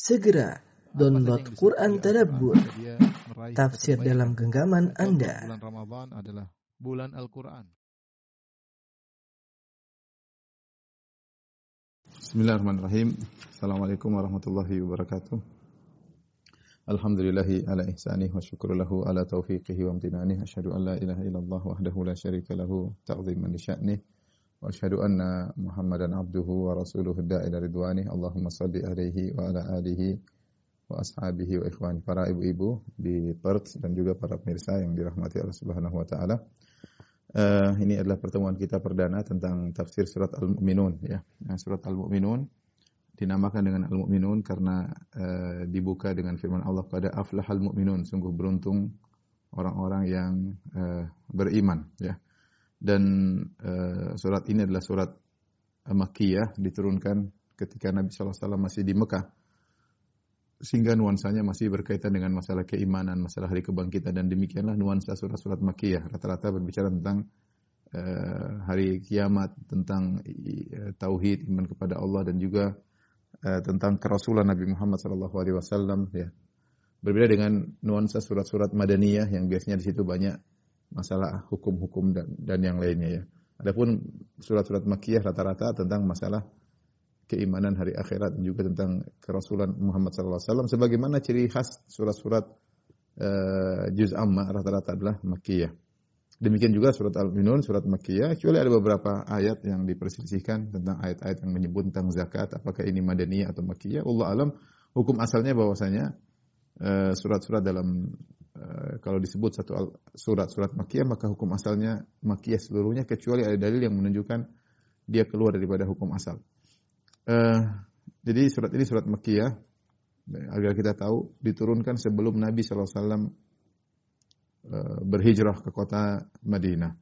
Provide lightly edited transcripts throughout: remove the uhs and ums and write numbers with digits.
Segera download Quran Tadabbur, dia meraih tafsir kebaikan. dalam genggaman Anda. Bulan Ramadan adalah bulan Al-Quran. Bismillahirrahmanirrahim. Assalamualaikum warahmatullahi wabarakatuh. Alhamdulillahi ala ihsanih wa syukru lahu ala taufiqihi wa amtinanih. Asyhadu an la ilaha illallah wahdahu la syarika lahu ta'ziman li sya'nih. Wa asyhadu anna Muhammadan abduhu wa rasuluhu da'ila ridwanih. Allahumma salli alaihi wa ala alihi wa ashabihi wa ikhwani. Para ibu-ibu di Perth dan juga para pemirsa yang dirahmati Allah Subhanahu wa taala. Ini adalah pertemuan kita perdana tentang tafsir surat Al-Mu'minun ya. Surat Al-Mu'minun dinamakan dengan Al-Mu'minun karena dibuka dengan firman Allah, qad aflahal mu'minun, sungguh beruntung orang-orang yang beriman ya. Dan surat ini adalah surat Makkiyah, diturunkan ketika Nabi sallallahu alaihi wasallam masih di Mekah. Sehingga nuansanya masih berkaitan dengan masalah keimanan, masalah hari kebangkitan, dan demikianlah nuansa surat-surat Makkiyah. Rata-rata berbicara tentang hari kiamat, tentang tauhid, iman kepada Allah, dan juga tentang kerasulan Nabi Muhammad SAW. Ya. Berbeda dengan nuansa surat-surat Madaniyah yang biasanya di situ banyak masalah hukum-hukum dan yang lainnya. Ya. Adapun surat-surat Makkiyah rata-rata tentang masalah keimanan hari akhirat dan juga tentang kerasulan Muhammad SAW. Sebagaimana ciri khas surat-surat Juz Amma rata-rata adalah Makkiyah. Demikian juga surat Al-Mu'minun, surat Makkiyah, kecuali ada beberapa ayat yang diperselisihkan tentang ayat-ayat yang menyebut tentang zakat, apakah ini Madaniyah atau Makkiyah. Allah alam, hukum asalnya bahwasanya surat-surat dalam kalau disebut satu surat-surat Makkiyah, maka hukum asalnya Makkiyah seluruhnya, kecuali ada dalil yang menunjukkan dia keluar daripada hukum asal. Jadi surat ini surat Makkiyah, agar kita tahu diturunkan sebelum Nabi SAW berhijrah ke kota Madinah.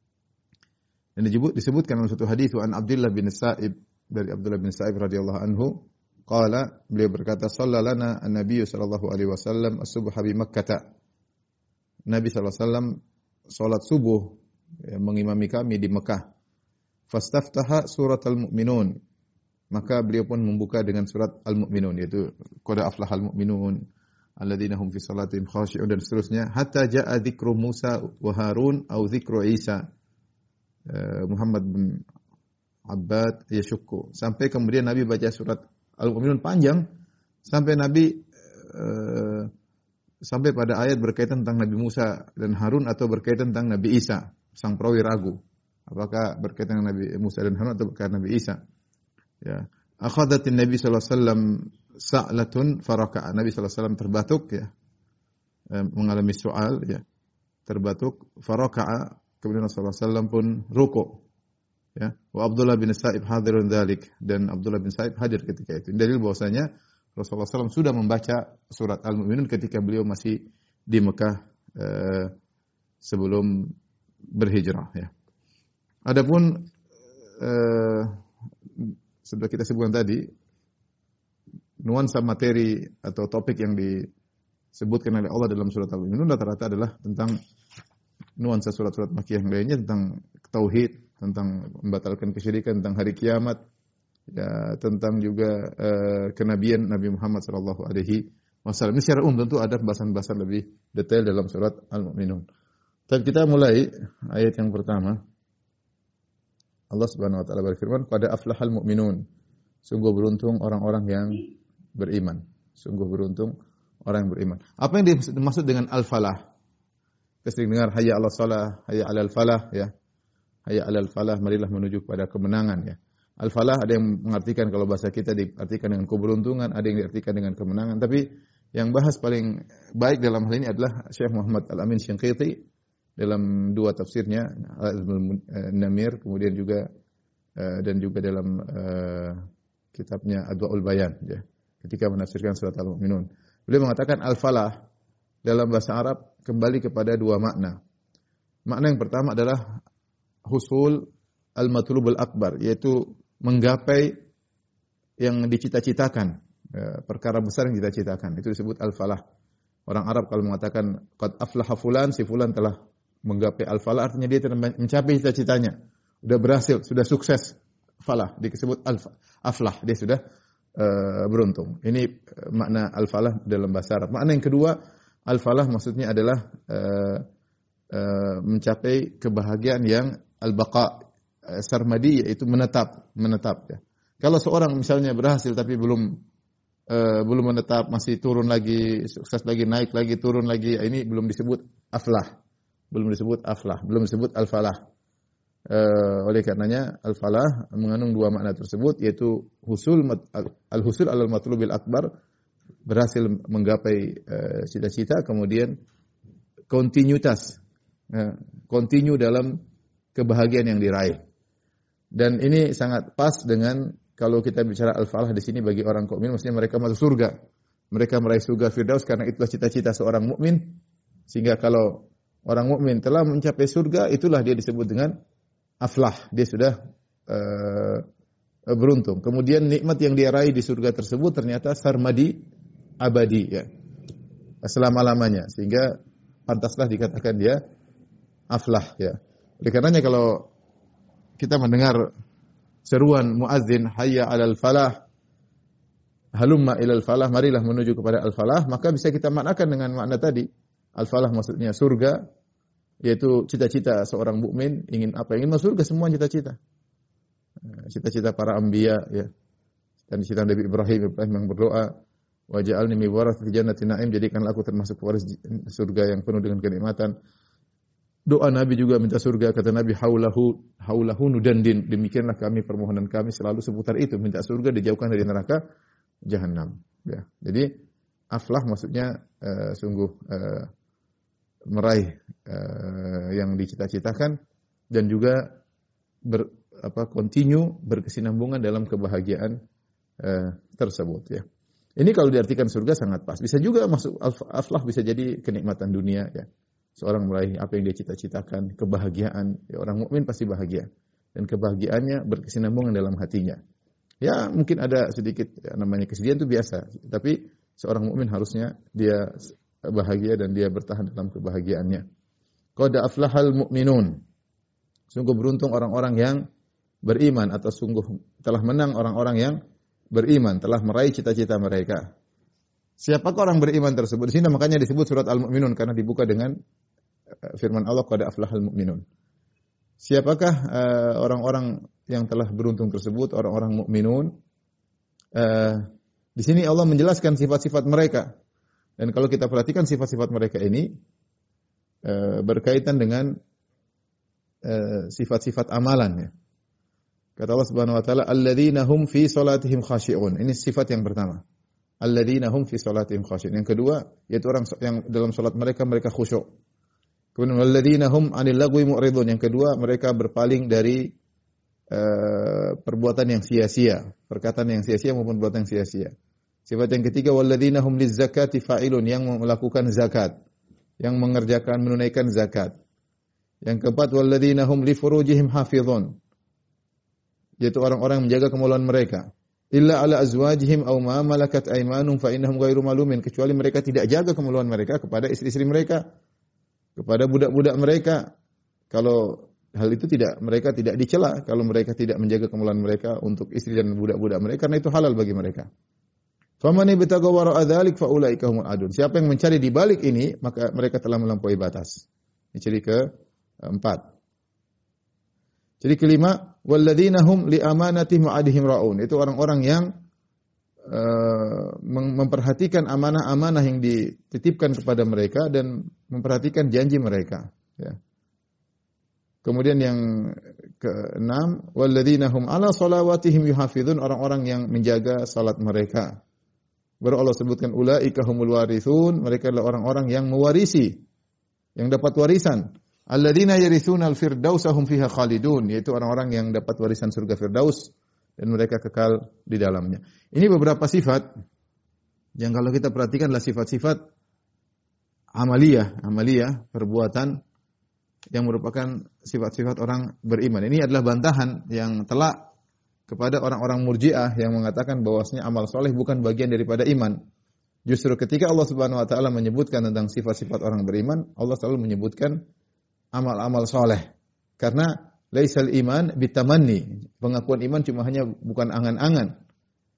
Dan disebutkan dalam satu hadis an Abdullah bin Sa'ib, dari Abdullah bin Sa'ib radhiyallahu anhu, qala, beliau berkata, sallalana an-nabiy sallallahu alaihi wasallam as-subha bi Makkah. Nabi sallallahu alaihi wasallam salat subuh mengimami kami di Mekah. Fastaftaha surat Al-Mu'minun. Maka beliau pun membuka dengan surat Al-Mu'minun, yaitu qad aflahal mu'minun alladzina hum fi salatihim khashi'un, dan seterusnya, hatta ja'a dzikru Musa wa Harun au dzikru Isa. Muhammad bin Abbad yashukku. Sampai kemudian Nabi baca surat Al-Mu'minun panjang sampai Nabi sampai pada ayat berkaitan tentang Nabi Musa dan Harun atau berkaitan tentang Nabi Isa. Sang perawi ragu apakah berkaitan dengan Nabi Musa dan Harun atau berkaitan Nabi Isa. Ya, akhadatin Nabi sallallahu alaihi wasallam sa'latun faraka'a. Nabi sallallahu alaihi wasallam terbatuk ya. Mengalami soal ya. Terbatuk faraka'a, kemudian Rasulullah sallallahu alaihi wasallam pun rukuk. Ya, wa Abdullah bin Sa'ib hadirun dzalik, dan Abdullah bin Sa'ib hadir ketika itu. Dalil bahwasanya Rasulullah SAW sudah membaca surat Al-Mu'minun ketika beliau masih di Mekah sebelum berhijrah ya. Adapun sudah kita sebutkan tadi, nuansa materi atau topik yang disebutkan oleh Allah dalam surat Al-Mu'minun rata-rata adalah tentang nuansa surat-surat Makkiyah yang lainnya, tentang tauhid, tentang membatalkan kesyirikan, tentang hari kiamat, ya, tentang juga kenabian Nabi Muhammad sallallahu alaihi wasallam. Ini secara umum, tentu ada bahasan-bahasan lebih detail dalam surat Al-Mu'minun. Tapi kita mulai ayat yang pertama. Allah Subhanahu wa taala berfirman, qad aflahal mu'minun. Sungguh beruntung orang-orang yang beriman. Sungguh beruntung orang yang beriman. Apa yang dimaksud dengan al-falah? Kita sering dengar hayya 'alas shalah, hayya 'alal falah ya. Hayya 'alal falah, marilah menuju pada kemenangan ya. Al-falah ada yang mengartikan, kalau bahasa kita diartikan dengan keberuntungan, ada yang diartikan dengan kemenangan. Tapi yang bahas paling baik dalam hal ini adalah Syekh Muhammad Al-Amin Shinqiti dalam dua tafsirnya, Al-Namir, kemudian juga dan juga dalam kitabnya Adwaul Bayan ya, ketika menafsirkan surat Al-Mu'minun. Beliau mengatakan al-falah dalam bahasa Arab kembali kepada dua makna. Makna yang pertama adalah husul al-matlubul akbar, yaitu menggapai yang dicita-citakan, perkara besar yang dicita-citakan. Itu disebut al-falah. Orang Arab kalau mengatakan qad aflaha fulan, si fulan telah menggapai al-falah, artinya dia telah mencapai cita-citanya. Sudah berhasil, sudah sukses. Falah disebut aflah, dia sudah beruntung. Ini makna al-falah dalam bahasa Arab. Makna yang kedua, al-falah maksudnya adalah mencapai kebahagiaan yang al-baqa, sarmadi, yaitu menetap ya. Kalau seorang misalnya berhasil tapi belum menetap, masih turun lagi, sukses lagi, naik lagi, turun lagi, ini belum disebut aflah. Belum disebut al-falah. Oleh karenanya al-falah mengandung dua makna tersebut, yaitu al-husul alal matlubil akbar, berhasil menggapai cita-cita, kemudian kontinuitas, kontinu dalam kebahagiaan yang diraih. Dan ini sangat pas dengan kalau kita bicara al-falah di sini bagi orang mukmin, maksudnya mereka masuk surga. Mereka meraih surga Firdaus karena itulah cita-cita seorang mukmin. Sehingga kalau orang mukmin telah mencapai surga, itulah dia disebut dengan aflah. Dia sudah beruntung. Kemudian nikmat yang dia raih di surga tersebut ternyata sarmadi, abadi ya. Selama-lamanya, sehingga pantaslah dikatakan dia aflah ya. Oleh karenanya kalau kita mendengar seruan muadzin hayya 'alal falah, halumma ilal falah, marilah menuju kepada al-falah, maka bisa kita maknakan dengan makna tadi. Al-falah maksudnya surga, yaitu cita-cita seorang mukmin ingin apa? Ingin masuk surga, semua cita-cita. Cita-cita para anbiya ya. Dan cita Nabi Ibrahim yang berdoa, waj'alni min warathati jannatin na'im, jadikanlah aku termasuk waris surga yang penuh dengan kenikmatan. Doa Nabi juga minta surga, kata Nabi haulahu nudandin, demikianlah kami, permohonan kami selalu seputar itu, minta surga, dijauhkan dari neraka jahanam ya. Jadi aflah maksudnya sungguh meraih yang dicita-citakan dan juga continue berkesinambungan dalam kebahagiaan tersebut ya. Ini kalau diartikan surga sangat pas. Bisa juga masuk aflah, bisa jadi kenikmatan dunia ya. Seorang meraih apa yang dia cita-citakan, kebahagiaan. Ya, orang mukmin pasti bahagia dan kebahagiaannya berkesinambungan dalam hatinya. Ya, mungkin ada sedikit namanya kesedihan, itu biasa, tapi seorang mukmin harusnya dia bahagia dan dia bertahan dalam kebahagiaannya. Qad aflahal mu'minun. Sungguh beruntung orang-orang yang beriman, atau sungguh telah menang orang-orang yang beriman, telah meraih cita-cita mereka. Siapakah orang beriman tersebut? Di sini makanya disebut surat Al-Mu'minun karena dibuka dengan firman Allah, qad aflahal mu'minun. Siapakah orang-orang yang telah beruntung tersebut, orang-orang mukminun? Di sini Allah menjelaskan sifat-sifat mereka. Dan kalau kita perhatikan sifat-sifat mereka ini berkaitan dengan sifat-sifat amalan ya. Kata Allah Subhanahu wa taala, alladzina hum fi salatihim khashi'un. Ini sifat yang pertama. Alladzina hum fi salatihim khashi'un. Yang kedua, yaitu orang yang dalam salat mereka khusyuk. Kemudian alladzina hum 'anil lagwi mu'ridun. Yang kedua, mereka berpaling dari perbuatan yang sia-sia, perkataan yang sia-sia maupun perbuatan yang sia-sia. Sifat yang ketiga, walladzina hum lizzakati fa'ilun, yang melakukan zakat, yang menunaikan zakat. Yang keempat, walladzina hum li furujihim hafizun, yaitu orang-orang yang menjaga kemaluan mereka. Illa ala azwajihim aw ma malakat aymanuhum fa innahum ghairu malumin, kecuali mereka tidak jaga kemaluan mereka kepada istri-istri mereka, kepada budak-budak mereka. Kalau hal itu mereka tidak dicela kalau mereka tidak menjaga kemaluan mereka untuk istri dan budak-budak mereka, karena itu halal bagi mereka. Faman ibtagha wara'a dzalik fa ulaika humul adun. Siapa yang mencari di balik ini, maka mereka telah melampaui batas. Ini ciri keempat. Ciri kelima, walladzina hum li amanatihim wa 'ahdihim ra'un. Itu orang-orang yang memperhatikan amanah-amanah yang dititipkan kepada mereka dan memperhatikan janji mereka ya. Kemudian yang keenam, walladzina hum 'ala shalawatihim yuhafizun, orang-orang yang menjaga salat mereka. Baru Allah sebutkan ulaika humul warithun, mereka adalah orang-orang yang mewarisi, yang dapat warisan. Alladzina yarithuna al-firdausa hum fiha khalidun, yaitu orang-orang yang dapat warisan surga Firdaus dan mereka kekal di dalamnya. Ini beberapa sifat yang kalau kita perhatikan adalah sifat-sifat amaliyah, perbuatan yang merupakan sifat-sifat orang beriman. Ini adalah bantahan yang telak kepada orang-orang Murji'ah yang mengatakan bahwasanya amal soleh bukan bagian daripada iman. Justru ketika Allah Subhanahu wa taala menyebutkan tentang sifat-sifat orang beriman, Allah selalu menyebutkan amal-amal soleh. Karena laisal iman bitamanni, pengakuan iman cuma hanya bukan angan-angan.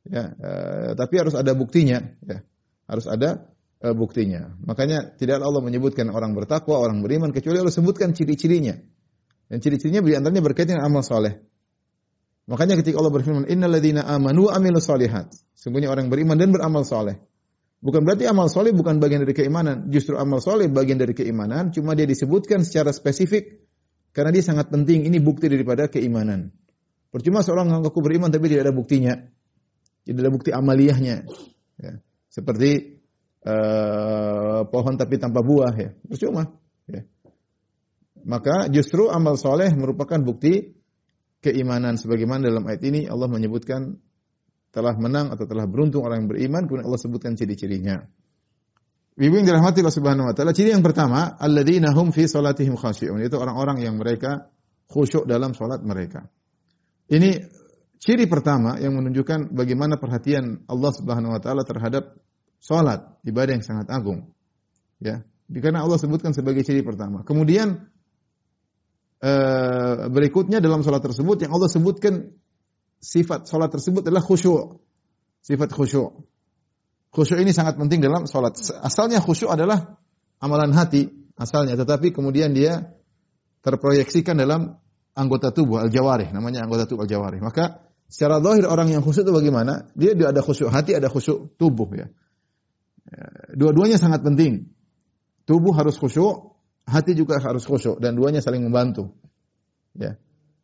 Ya, tapi harus ada buktinya, ya. Harus ada buktinya. Makanya tidak Allah menyebutkan orang bertakwa, orang beriman kecuali Allah sebutkan ciri-cirinya. Dan ciri-cirinya di antaranya berkaitan dengan amal soleh. Makanya ketika Allah berfirman, innalladzina amanu wa amilus solihat. Sungguhnya orang beriman dan beramal soleh. Bukan berarti amal soleh bukan bagian dari keimanan. Justru amal soleh bagian dari keimanan. Cuma dia disebutkan secara spesifik karena dia sangat penting. Ini bukti daripada keimanan. Percuma seorang mengaku beriman tapi tidak ada buktinya. Tidak ada bukti amaliyahnya. Ya. Seperti pohon tapi tanpa buah. Ya. Percuma. Ya. Maka justru amal soleh merupakan bukti keimanan. Sebagaimana dalam ayat ini Allah menyebutkan telah menang atau telah beruntung orang yang beriman, kemudian Allah sebutkan ciri-cirinya. Ibu yang dirahmati Allah Subhanahu wa taala, ciri yang pertama, alladzina hum fi salatihim khashi'un, itu orang-orang yang mereka khusyuk dalam salat mereka. Ini ciri pertama yang menunjukkan bagaimana perhatian Allah Subhanahu wa taala terhadap salat, ibadah yang sangat agung. Ya, karena Allah sebutkan sebagai ciri pertama. Kemudian berikutnya dalam salat tersebut yang Allah sebutkan sifat salat tersebut adalah khusyuk. Sifat khusyuk. Khusyuk ini sangat penting dalam salat. Asalnya khusyuk adalah amalan hati asalnya, tetapi kemudian dia terproyeksikan dalam anggota tubuh al-jawarih, namanya anggota tubuh al-jawarih. Maka secara zahir orang yang khusyuk itu bagaimana? Dia ada khusyuk hati, ada khusyuk tubuh ya. Dua-duanya sangat penting. Tubuh harus khusyuk, hati juga harus khusyuk dan duanya saling membantu. Ya.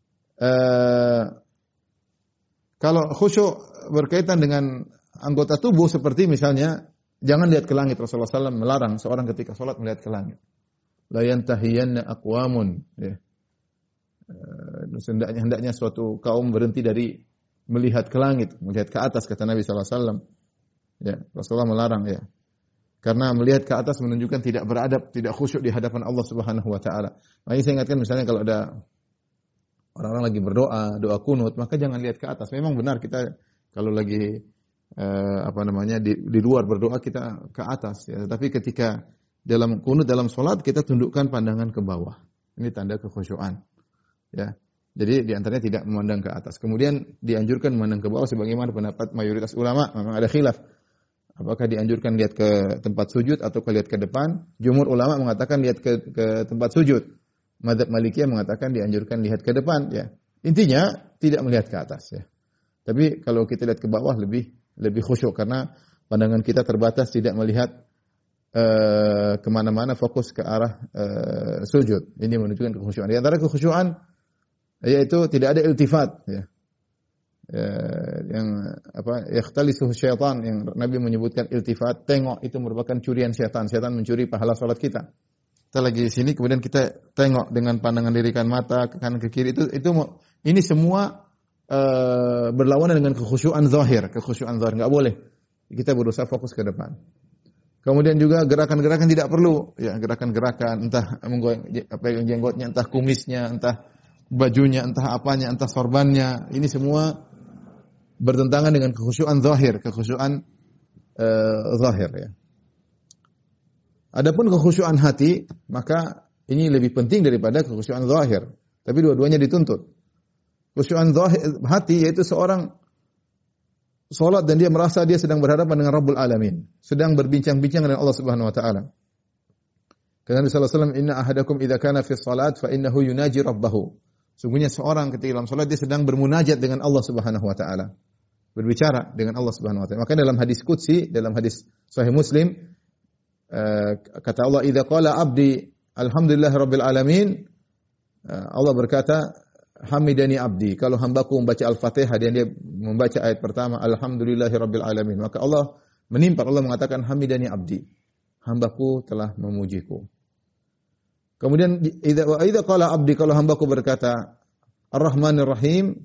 Kalau khusyuk berkaitan dengan anggota tubuh seperti misalnya jangan lihat ke langit. Rasulullah SAW melarang seorang ketika sholat melihat ke langit. La yantahiyanna aqwamun. Ya. Hendaknya suatu kaum berhenti dari melihat ke langit, melihat ke atas kata Nabi SAW. Ya, Rasulullah melarang ya. Karena melihat ke atas menunjukkan tidak beradab, tidak khusyuk di hadapan Allah Subhanahu wa taala. Makanya saya ingatkan misalnya kalau ada orang-orang lagi berdoa, doa kunut, maka jangan lihat ke atas. Memang benar kita kalau lagi di luar berdoa kita ke atas ya. Tapi ketika dalam kunut dalam salat kita tundukkan pandangan ke bawah. Ini tanda kekhusyuan. Ya. Jadi di antaranya tidak memandang ke atas. Kemudian dianjurkan memandang ke bawah sebagaimana pendapat mayoritas ulama. Memang ada khilaf. Apakah dianjurkan lihat ke tempat sujud atau lihat ke depan? Jumhur ulama mengatakan lihat ke tempat sujud. Madzhab Malikiyah mengatakan dianjurkan lihat ke depan ya. Intinya tidak melihat ke atas ya. Tapi kalau kita lihat ke bawah lebih khusyuk karena pandangan kita terbatas tidak melihat kemana-mana, fokus ke arah sujud. Ini menunjukkan kekhusyuan. Di antara kekhusyuan yaitu tidak ada iltifat ya. Yang yakhtalisuhu syaitan yang Nabi menyebutkan iltifat, tengok itu merupakan curian syaitan. Syaitan mencuri pahala salat kita. Kita lagi di sini kemudian kita tengok dengan pandangan lirikan mata ke kanan ke kiri ini semua berlawanan dengan kekhusyuan zahir, enggak boleh. Kita berusaha fokus ke depan. Kemudian juga gerakan-gerakan tidak perlu, ya gerakan-gerakan entah menggoyang jenggotnya, entah kumisnya, entah bajunya, entah apanya, entah sorbannya, ini semua bertentangan dengan kekhusyuan zahir, zahir ya. Adapun kekhusyuan hati, maka ini lebih penting daripada kekhusyuan zahir. Tapi dua-duanya dituntut. Kekhusyuan hati yaitu seorang salat dan dia merasa dia sedang berhadapan dengan Rabbul Alamin, sedang berbincang-bincang dengan Allah Subhanahu wa taala. Kata Nabi sallallahu alaihi wasallam, "Inna ahadakum idza kana fi shalat fa innahu yunaji rabbahu." Sungguhnya seorang ketika dalam salat dia sedang bermunajat dengan Allah Subhanahu wa taala. Berbicara dengan Allah Subhanahu wa taala. Maka dalam hadis qudsi, dalam hadis sahih Muslim, kata Allah, "Idza qala 'abdi alhamdulillahirabbil alamin." Allah berkata, "Hamidani 'abdi." Kalau hambaku membaca Al-Fatihah dan dia membaca ayat pertama, "Alhamdulillahirabbil alamin." Maka Allah menimpa, Allah mengatakan, "Hamidani 'abdi." Hambaku telah memujiku. Kemudian idza qala 'abdi, kalau hambaku berkata Ar-Rahmanir Rahim,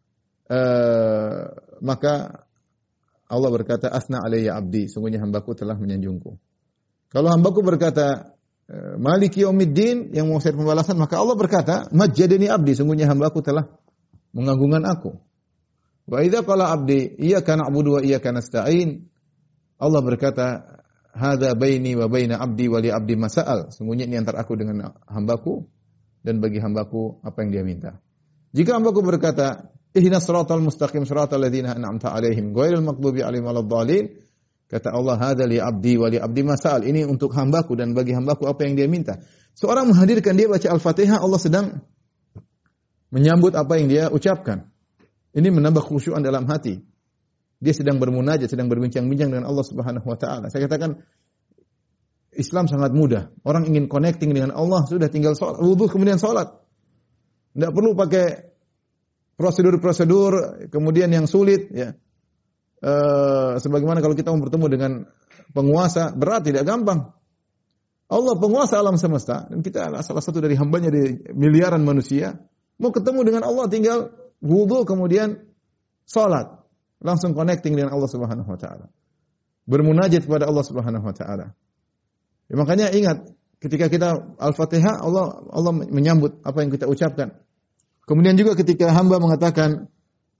maka Allah berkata, "Asna alayya 'abdi." Sungguhnya hambaku telah menyanjungku. Kalau hambaku berkata Maliki Yaumiddin, yang mau pembalasan, maka Allah berkata, "Majjadani 'abdi." Sungguhnya hambaku telah mengagungkan aku. Wa idza qala 'abdi iyyaka na'budu wa iyyaka nasta'in, Allah berkata, "Hadza baini wa baina 'abdi wa li 'abdi masa'al." Sungguhnya ini antara aku dengan hambaku dan bagi hambaku apa yang dia minta. Jika hambaku berkata, Ihdinas siratal mustaqim siratal ladzina an'amta 'alaihim ghairil maghdubi 'alaihim waladdallin. Kata Allah, "Hadza li 'abdi wa li 'abdi ma sa'al." Ini untuk hambaku dan bagi hambaku apa yang dia minta. Seorang menghadirkan dia baca Al-Fatihah, Allah sedang menyambut apa yang dia ucapkan. Ini menambah khusyuan dalam hati. Dia sedang bermunajat, sedang berbincang-bincang dengan Allah Subhanahu wa taala. Saya katakan Islam sangat mudah. Orang ingin connecting dengan Allah, sudah tinggal salat, wudu kemudian salat. Tidak perlu pakai prosedur-prosedur kemudian yang sulit ya. Sebagaimana kalau kita mau bertemu dengan penguasa, berat, tidak gampang. Allah penguasa alam semesta dan kita adalah salah satu dari hambanya dari miliaran manusia. Mau ketemu dengan Allah tinggal wudu kemudian salat. Langsung connecting dengan Allah Subhanahu wa taala. Bermunajat kepada Allah Subhanahu wa taala. Ya, makanya ingat ketika kita Al-Fatihah Allah menyambut apa yang kita ucapkan. Kemudian juga ketika hamba mengatakan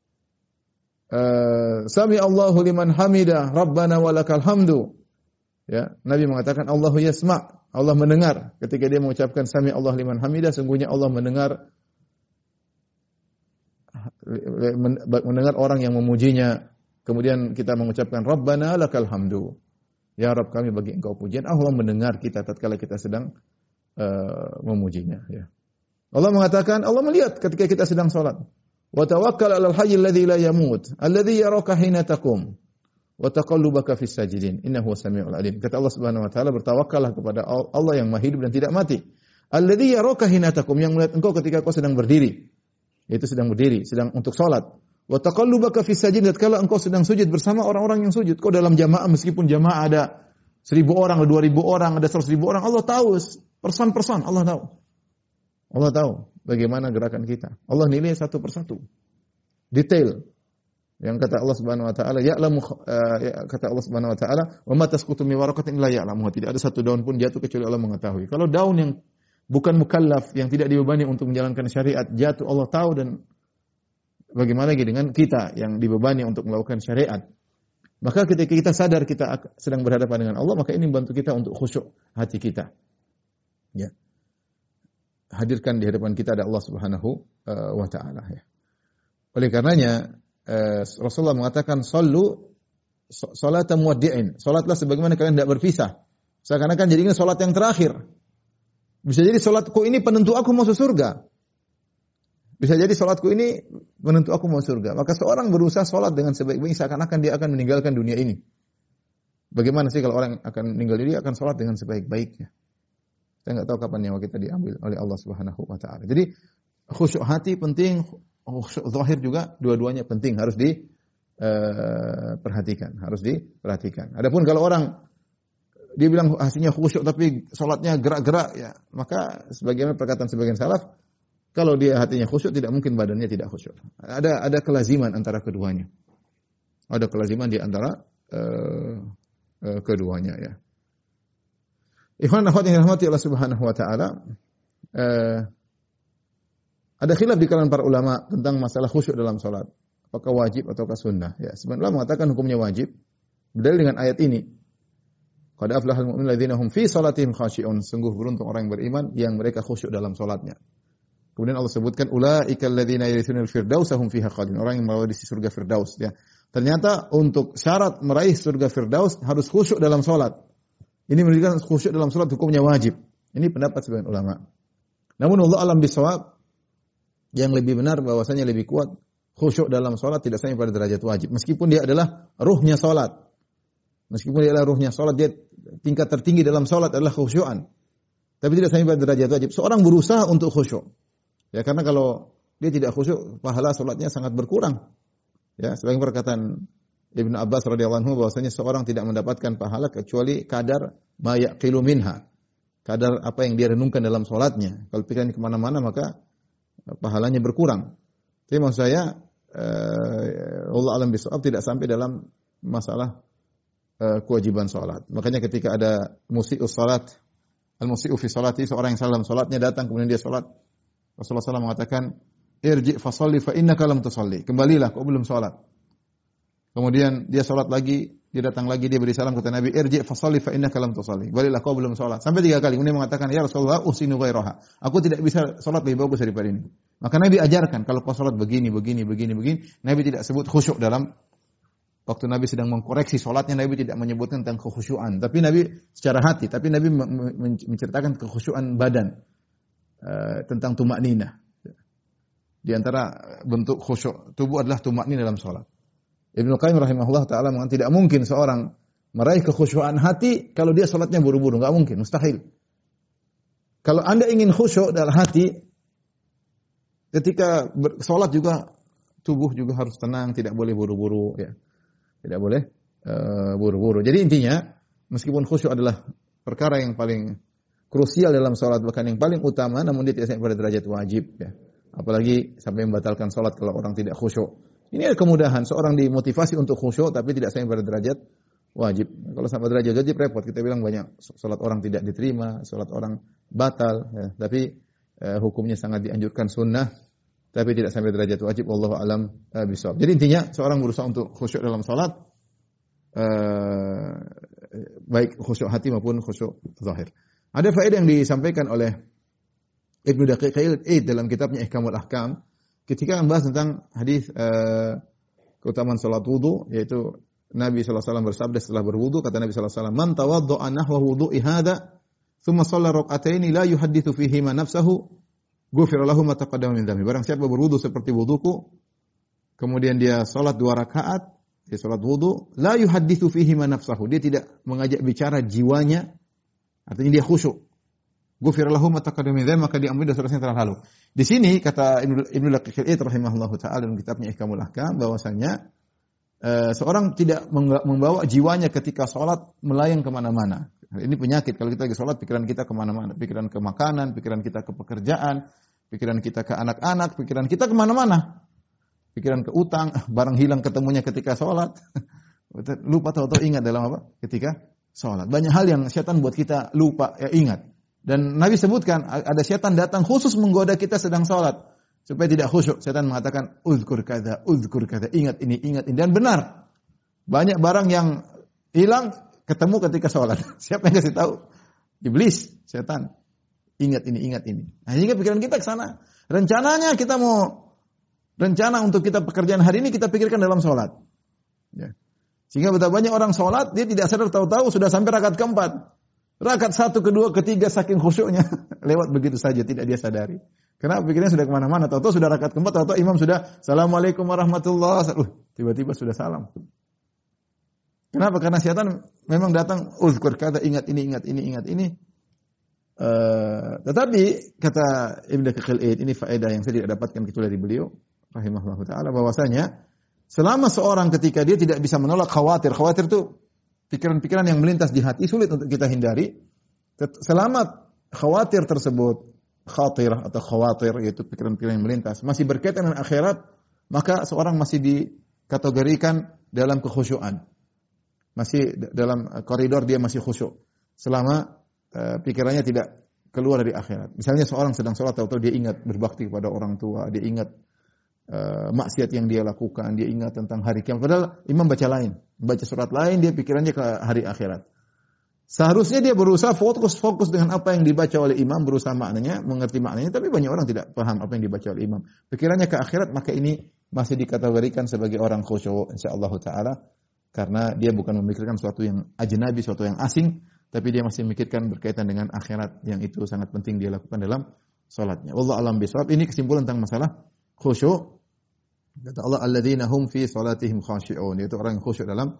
Sami Allahu liman hamidah Rabbana walakal hamdu. Ya, Nabi mengatakan Allahu yasma', Allah mendengar. Ketika dia mengucapkan Sami Allah liman hamidah, sungguhnya Allah mendengar orang yang memujinya. Kemudian kita mengucapkan Rabbana lakal hamdu. Ya Rabb, kami bagi Engkau pujian. Allah mendengar kita tatkala kita sedang memujinya, ya. Allah mengatakan, Allah melihat ketika kita sedang salat. Wa tawakkal 'alal hayyil ladzi la yamut, alladzi yaraka hina taqum wa taqallubaka fis sajidin, innahu samiul alim. Kata Allah Subhanahu wa taala, bertawakkallah kepada Allah yang Maha hidup dan tidak mati. Alladzi yaraka hina taqum, yang melihat engkau ketika kau sedang berdiri. Yaitu sedang berdiri, sedang untuk salat. Wa taqallubaka fis sajidin, tatkala engkau sedang sujud bersama orang-orang yang sujud. Kau dalam jamaah, meskipun jamaah ada 1.000 orang, ada 2.000 orang, ada 100.000 orang, Allah tahu person-person, Allah tahu. Allah tahu bagaimana gerakan kita. Allah nilai satu persatu. Detail. Yang kata Allah Subhanahu wa taala, ya'lamu kata Allah Subhanahu wa taala, "Wa ma tasqutu min waraqatin illa ya'lamuha." Tidak ada satu daun pun jatuh kecuali Allah mengetahui. Kalau daun yang bukan mukallaf, yang tidak dibebani untuk menjalankan syariat, jatuh, Allah tahu. Dan bagaimana lagi dengan kita yang dibebani untuk melakukan syariat. Maka ketika kita sadar kita sedang berhadapan dengan Allah, maka ini membantu kita untuk khusyuk hati kita. Ya. Hadirkan di hadapan kita ada Allah Subhanahu wa taala, ya. Oleh karenanya Rasulullah mengatakan sallu salata muwaddi'in. Salatlah sebagaimana kalian tidak berpisah. Seakan-akan jadi ini salat yang terakhir. Bisa jadi salatku ini penentu aku masuk surga. Bisa jadi salatku ini penentu aku masuk surga. Maka seorang berusaha salat dengan sebaik-baiknya seakan-akan dia akan meninggalkan dunia ini. Bagaimana sih kalau orang akan meninggal dunia, akan salat dengan sebaik-baiknya. Kita nggak tahu kapan nyawa kita diambil oleh Allah Subhanahu wa taala. Jadi khusyuk hati penting, khusyuk zahir juga, dua-duanya penting, harus diperhatikan, Adapun kalau orang dia bilang hatinya khusyuk tapi salatnya gerak-gerak, ya, maka sebagaimana perkataan sebagian salaf, kalau dia hatinya khusyuk tidak mungkin badannya tidak khusyuk. Ada kelaziman antara keduanya. Ada kelaziman di antara keduanya, ya. Ikhwan akhwat yang dirahmati Allah Subhanahu wa taala, ada khilaf di kalangan para ulama tentang masalah khusyuk dalam salat. Apakah wajib ataukah sunnah? Ya, sebagian ulama mengatakan hukumnya wajib. Berdalil dengan ayat ini. Qad aflahal mu'minuna alladzina hum fi salatihim khashi'un. Sungguh beruntung orang yang beriman yang mereka khusyuk dalam salatnya. Kemudian Allah sebutkan ulaikal ladzina yarithunal firdausa hum fiha khalidun. Orang yang mewarisi surga Firdaus, ya. Ternyata untuk syarat meraih surga Firdaus harus khusyuk dalam salat. Ini menunjukkan khusyuk dalam salat hukumnya wajib. Ini pendapat sebagian ulama. Namun Allah alam bisawab, yang lebih benar bahwasanya lebih kuat khusyuk dalam salat tidak sampai pada derajat wajib. Meskipun dia adalah ruhnya salat. Dia tingkat tertinggi dalam salat adalah khusyuan. Tapi tidak sampai pada derajat wajib. Seorang berusaha untuk khusyuk. Ya, karena kalau dia tidak khusyuk, pahala salatnya sangat berkurang. Ya, sebagai perkataan Ibnu Abbas radhiyallahu anhu bahwasanya seorang tidak mendapatkan pahala kecuali kadar ma yaqilu minha. Kadar apa yang dia renungkan dalam salatnya. Kalau pikirannya kemana mana maka pahalanya berkurang. Jadi maksud saya Allah alam bisawab tidak sampai dalam masalah kewajiban salat. Makanya ketika ada musii'us salat, al-musii'u fi salati, seorang yang salah dalam salatnya datang kemudian dia salat, Rasulullah SAW mengatakan, "Irji' fa shalli fa innaka lam tusalli." Kembalilah, kau belum salat. Kemudian dia salat lagi, dia datang lagi, dia beri salam kata Nabi, "Irji' fa shalli fa innaka lam tusalli." Baliklah kau belum salat. Sampai 3 kali. Kemudian mengatakan, "Ya Rasulullah, usinu ghairaha." Aku tidak bisa salat lebih bagus daripada ini. Maka Nabi ajarkan kalau kau salat begini. Nabi tidak sebut khusyuk dalam waktu Nabi sedang mengkoreksi salatnya, Nabi tidak menyebutkan tentang kekhusyuan, tapi Nabi secara hati, tapi Nabi menceritakan kekhusyuan badan, tentang tumakninah. Di antara bentuk khusyuk tubuh adalah tumakninah dalam salat. Ibnu Qayyim rahimahullah taala mengatakan tidak mungkin seorang meraih kekhusyuan hati kalau dia salatnya buru-buru, enggak mungkin, mustahil. Kalau Anda ingin khusyuk dalam hati, ketika salat juga tubuh juga harus tenang, tidak boleh buru-buru, ya. Tidak boleh buru-buru. Jadi intinya, meskipun khusyuk adalah perkara yang paling krusial dalam salat, bahkan yang paling utama, namun dia tidak sampai pada derajat wajib, ya. Apalagi sampai membatalkan salat kalau orang tidak khusyuk. Ini ada kemudahan, seorang dimotivasi untuk khusyuk tapi tidak sampai pada derajat wajib. Kalau sampai derajat wajib repot, kita bilang banyak salat orang tidak diterima, salat orang batal, ya. Tapi hukumnya sangat dianjurkan sunnah, tapi tidak sampai derajat wajib. Wallahu a'lam bishawab. Jadi intinya seorang berusaha untuk khusyuk dalam salat, baik khusyuk hati maupun khusyuk zahir. Ada faedah yang disampaikan oleh Ibnu Daqiq al-Eid dalam kitabnya Ihkamul Ahkam ketika membahas tentang hadis keutamaan salat wudu, yaitu Nabi sallallahu alaihi wasallam bersabda setelah berwudu, kata Nabi sallallahu alaihi wasallam, "Man tawadda'a nahwa wudu'i hadza, tsumma shalla rak'ataini la yuhadditsu fihi ma nafsahu, ghufira lahu ma taqaddama min dhanbi." Barang siapa berwudu seperti wuduku, kemudian dia salat 2 rakaat, dia salat wudu, la yuhadditsu fihi ma nafsahu, dia tidak mengajak bicara jiwanya, artinya dia khusyuk. Ghufira lahu ma taqaddama min dhanbi, maka diampuni dosa-dosanya telah lalu. Di sini kata Ibnu Daqiq al-Eid rahimahullahu taala dalam kitabnya Ihkamul Ahkam bahwasanya seorang tidak membawa jiwanya ketika salat melayang kemana-mana. Ini penyakit, kalau kita lagi salat pikiran kita kemana-mana, pikiran ke makanan, pikiran kita ke pekerjaan, pikiran kita ke anak-anak, pikiran kita kemana-mana, pikiran ke utang, barang hilang ketemunya ketika salat, lupa tahu-tahu ingat dalam apa? Ketika salat. Banyak hal yang setan buat kita lupa, ya ingat. Dan Nabi sebutkan ada setan datang khusus menggoda kita sedang salat supaya tidak khusyuk. Setan mengatakan uzkur kadza, ingat ini. Dan benar. Banyak barang yang hilang ketemu ketika salat. Siapa yang kasih tahu? Iblis, setan. Ingat ini. Nah, sehingga pikiran kita ke sana. Rencananya kita mau rencana untuk kita pekerjaan hari ini kita pikirkan dalam salat. Ya. Sehingga betapa banyak orang salat dia tidak sadar, tahu-tahu sudah sampai rakaat keempat. Rakaat 1, kedua, ketiga saking khusyuknya lewat begitu saja tidak dia sadari. Karena pikirnya sudah kemana-mana. Tahu-tahu sudah rakaat keempat, tahu-tahu imam sudah Assalamualaikum warahmatullahi wabarakatuh. Tiba-tiba sudah salam. Kenapa? Karena syaitan memang datang uzkur kata ingat ini. Tetapi kata Ibnu Daqiq al-Eid, ini faedah yang saya tidak dapatkan kecuali dari beliau rahimahullahu taala, bahwasanya selama seorang ketika dia tidak bisa menolak khawatir itu pikiran-pikiran yang melintas di hati, sulit untuk kita hindari. Selama khawatir tersebut, khatirah atau khawatir, yaitu pikiran-pikiran yang melintas, masih berkaitan dengan akhirat, maka seorang masih dikategorikan dalam kekhusyuan. Masih dalam koridor dia masih khusyuk. Selama pikirannya tidak keluar dari akhirat. Misalnya seorang sedang sholat, tahu-tahu dia ingat berbakti kepada orang tua, dia ingat maksiat yang dia lakukan, dia ingat tentang hari kiamat. Padahal imam baca surat lain, dia pikirannya ke hari akhirat. Seharusnya dia berusaha fokus dengan apa yang dibaca oleh imam, berusaha maknanya, mengerti maknanya, tapi banyak orang tidak paham apa yang dibaca oleh imam. Pikirannya ke akhirat, maka ini masih dikategorikan sebagai orang khusyuk insyaallah taala, karena dia bukan memikirkan sesuatu yang ajnabi, sesuatu yang asing, tapi dia masih memikirkan berkaitan dengan akhirat yang itu sangat penting dia lakukan dalam salatnya. Wallahu a'lam bishawab. Ini kesimpulan tentang masalah khusyuk. Kata Allah, alladzina hum fi salatihim khashi'un, yaitu orang yang khusyuk dalam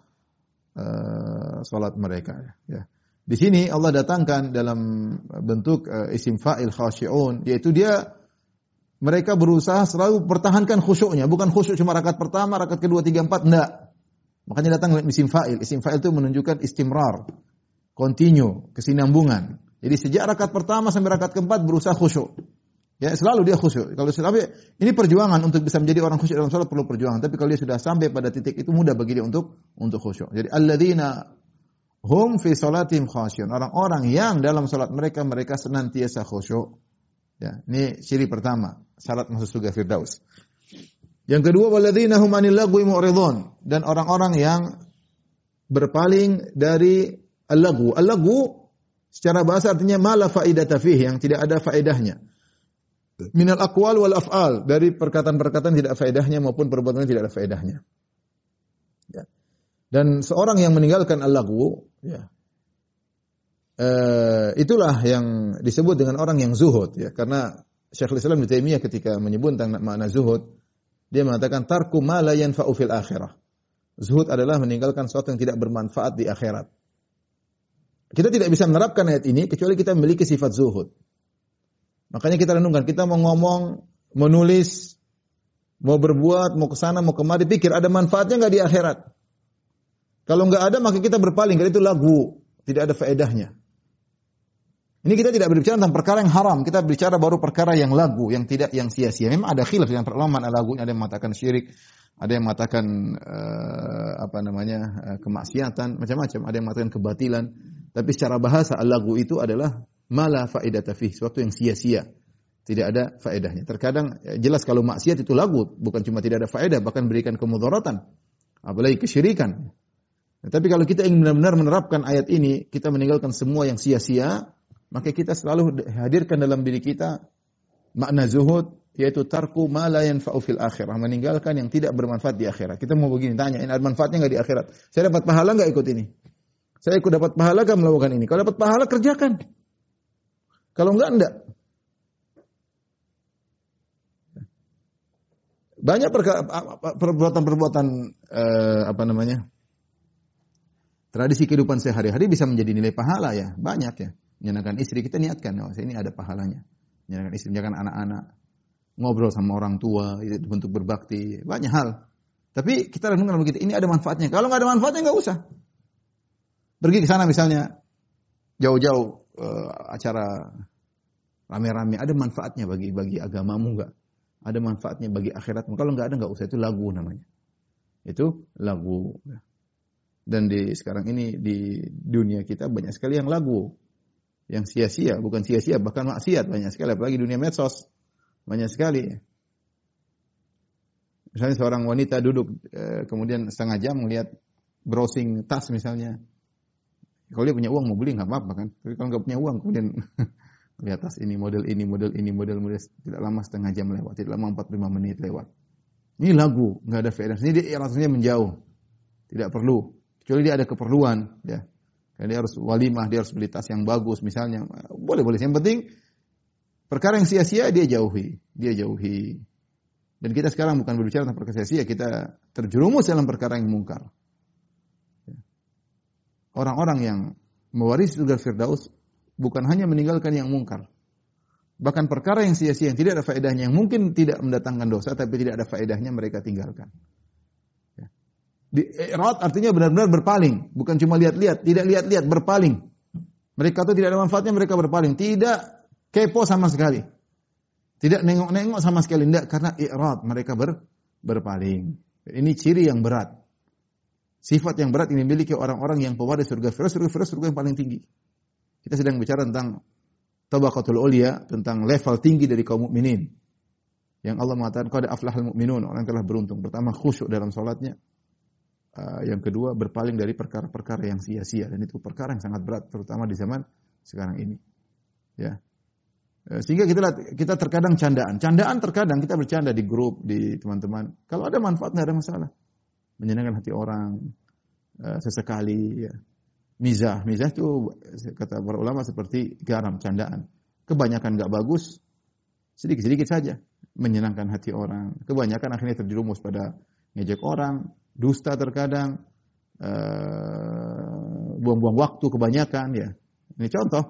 salat mereka. Ya. Di sini Allah datangkan dalam bentuk isim fa'il khashi'un, yaitu mereka berusaha selalu pertahankan khusyuknya, bukan khusyuk cuma rakaat pertama, rakaat kedua, 3, 4, enggak. Makanya datang isim fa'il. Isim fa'il itu menunjukkan istimrar, continue, kesinambungan. Jadi sejak rakaat pertama sampai rakaat keempat berusaha khusyuk. Ya, selalu dia khusyuk. Kalau sampai ini perjuangan untuk bisa menjadi orang khusyuk dalam salat perlu perjuangan. Tapi kalau dia sudah sampai pada titik itu mudah bagi dia untuk khusyuk. Jadi alladzina hum fi salatihim khasyi'un. Orang-orang yang dalam salat mereka senantiasa khusyuk. Ya, ini ciri pertama, syarat masuk surga Firdaus. Yang kedua, walladzina hum 'anil lagwi mu'ridun, dan orang-orang yang berpaling dari al-lagwu. Al-lagwu secara bahasa artinya ma la faidata fihi, yang tidak ada faedahnya. Minal aqwal wal af'al, dari perkataan-perkataan tidak ada faedahnya maupun perbuatan tidak ada faedahnya. Ya. Dan seorang yang meninggalkan al-lagwu, ya, itulah yang disebut dengan orang yang zuhud, ya. Karena Syekhul Islam Ibnu Taimiyah ketika menyebut tentang makna zuhud, dia mengatakan tarku ma la yanfa'u fil akhirah. Zuhud adalah meninggalkan sesuatu yang tidak bermanfaat di akhirat. Kita tidak bisa menerapkan ayat ini kecuali kita memiliki sifat zuhud. Makanya kita renungkan, kita mau ngomong, mau nulis, mau berbuat, mau ke sana, mau kemari, pikir ada manfaatnya enggak di akhirat. Kalau enggak ada, maka kita berpaling, karena itu lagu, tidak ada faedahnya. Ini kita tidak berbicara tentang perkara yang haram, kita bicara baru perkara yang lagu, yang tidak, yang sia-sia. Memang ada khilaf dengan para ulama lagu, ada yang mengatakan syirik, ada yang mengatakan kemaksiatan, macam-macam, ada yang mengatakan kebatilan. Tapi secara bahasa lagu itu adalah mala faedata fih, sesuatu yang sia-sia, tidak ada faedahnya. Terkadang jelas kalau maksiat itu lagu, bukan cuma tidak ada faedah, bahkan berikan kemudaratan, apalagi kesyirikan. Tapi kalau kita ingin benar-benar menerapkan ayat ini, kita meninggalkan semua yang sia-sia, maka kita selalu hadirkan dalam diri kita makna zuhud, yaitu tarku ma la yanfa'u fil akhirah, meninggalkan yang tidak bermanfaat di akhirat. Kita mau begini, tanya, ini ada manfaatnya enggak di akhirat? Saya dapat pahala enggak ikut ini? Saya ikut dapat pahala enggak melakukan ini? Kalau dapat pahala, kerjakan. Kalau enggak. Banyak perbuatan-perbuatan tradisi kehidupan sehari-hari bisa menjadi nilai pahala, ya. Banyak, ya. Menyenangkan istri, kita niatkan, oh, ini ada pahalanya. Menyenangkan istri, menyenangkan anak-anak, ngobrol sama orang tua, itu bentuk berbakti, banyak hal. Tapi kita renungkan begitu, ini ada manfaatnya. Kalau nggak ada manfaatnya, nggak usah. Pergi ke sana misalnya, jauh-jauh acara rame-rame, ada manfaatnya bagi agamamu nggak? Ada manfaatnya bagi akhiratmu. Kalau nggak ada, nggak usah. Itu lagu namanya. Itu lagu. Dan sekarang ini di dunia kita banyak sekali yang lagu. Yang sia-sia, bukan sia-sia, bahkan maksiat banyak sekali, apalagi dunia medsos banyak sekali. Misalnya seorang wanita duduk kemudian setengah jam melihat browsing tas misalnya. Kalau dia punya uang mau beli nggak apa-apa kan. Tapi kalau nggak punya uang kemudian lihat tas ini, model, tidak lama setengah jam lewat, tidak lama 45 menit lewat. Ini lagu, nggak ada faedah. Ini dia rasanya menjauh, tidak perlu. Kecuali dia ada keperluan, ya. Dia harus walimah, dia harus beli tas yang bagus misalnya. Boleh. Yang penting perkara yang sia-sia dia jauhi. Dan kita sekarang bukan berbicara tentang perkara sia-sia, kita terjerumus dalam perkara yang mungkar. Orang-orang yang mewarisi surga Firdaus bukan hanya meninggalkan yang mungkar. Bahkan perkara yang sia-sia, yang tidak ada faedahnya, yang mungkin tidak mendatangkan dosa, tapi tidak ada faedahnya, mereka tinggalkan. I'rad artinya benar-benar berpaling, bukan cuma lihat-lihat, tidak lihat-lihat, berpaling. Mereka itu tidak ada manfaatnya, mereka berpaling, tidak kepo sama sekali. Tidak nengok-nengok sama sekali, tidak, karena i'rad, mereka berpaling. Ini ciri yang berat. Sifat yang berat ini dimiliki orang-orang yang pewaris surga Firdaus, surga yang paling tinggi. Kita sedang bicara tentang tabaqatul ulia, tentang level tinggi dari kaum mukminin. Yang Allah mengatakan qad aflahal mu'minun, orang yang telah beruntung. Pertama khusyuk dalam salatnya. Yang kedua berpaling dari perkara-perkara yang sia-sia, dan itu perkara yang sangat berat terutama di zaman sekarang ini. Ya. Sehingga kita terkadang candaan terkadang kita bercanda di grup, di teman-teman. Kalau ada manfaat enggak ada masalah. Menyenangkan hati orang sesekali, ya. Mizah itu kata para ulama seperti garam, candaan. Kebanyakan enggak bagus, sedikit-sedikit saja menyenangkan hati orang. Kebanyakan akhirnya terjerumus pada ngejek orang, dusta terkadang, buang-buang waktu kebanyakan, ya. Ini contoh.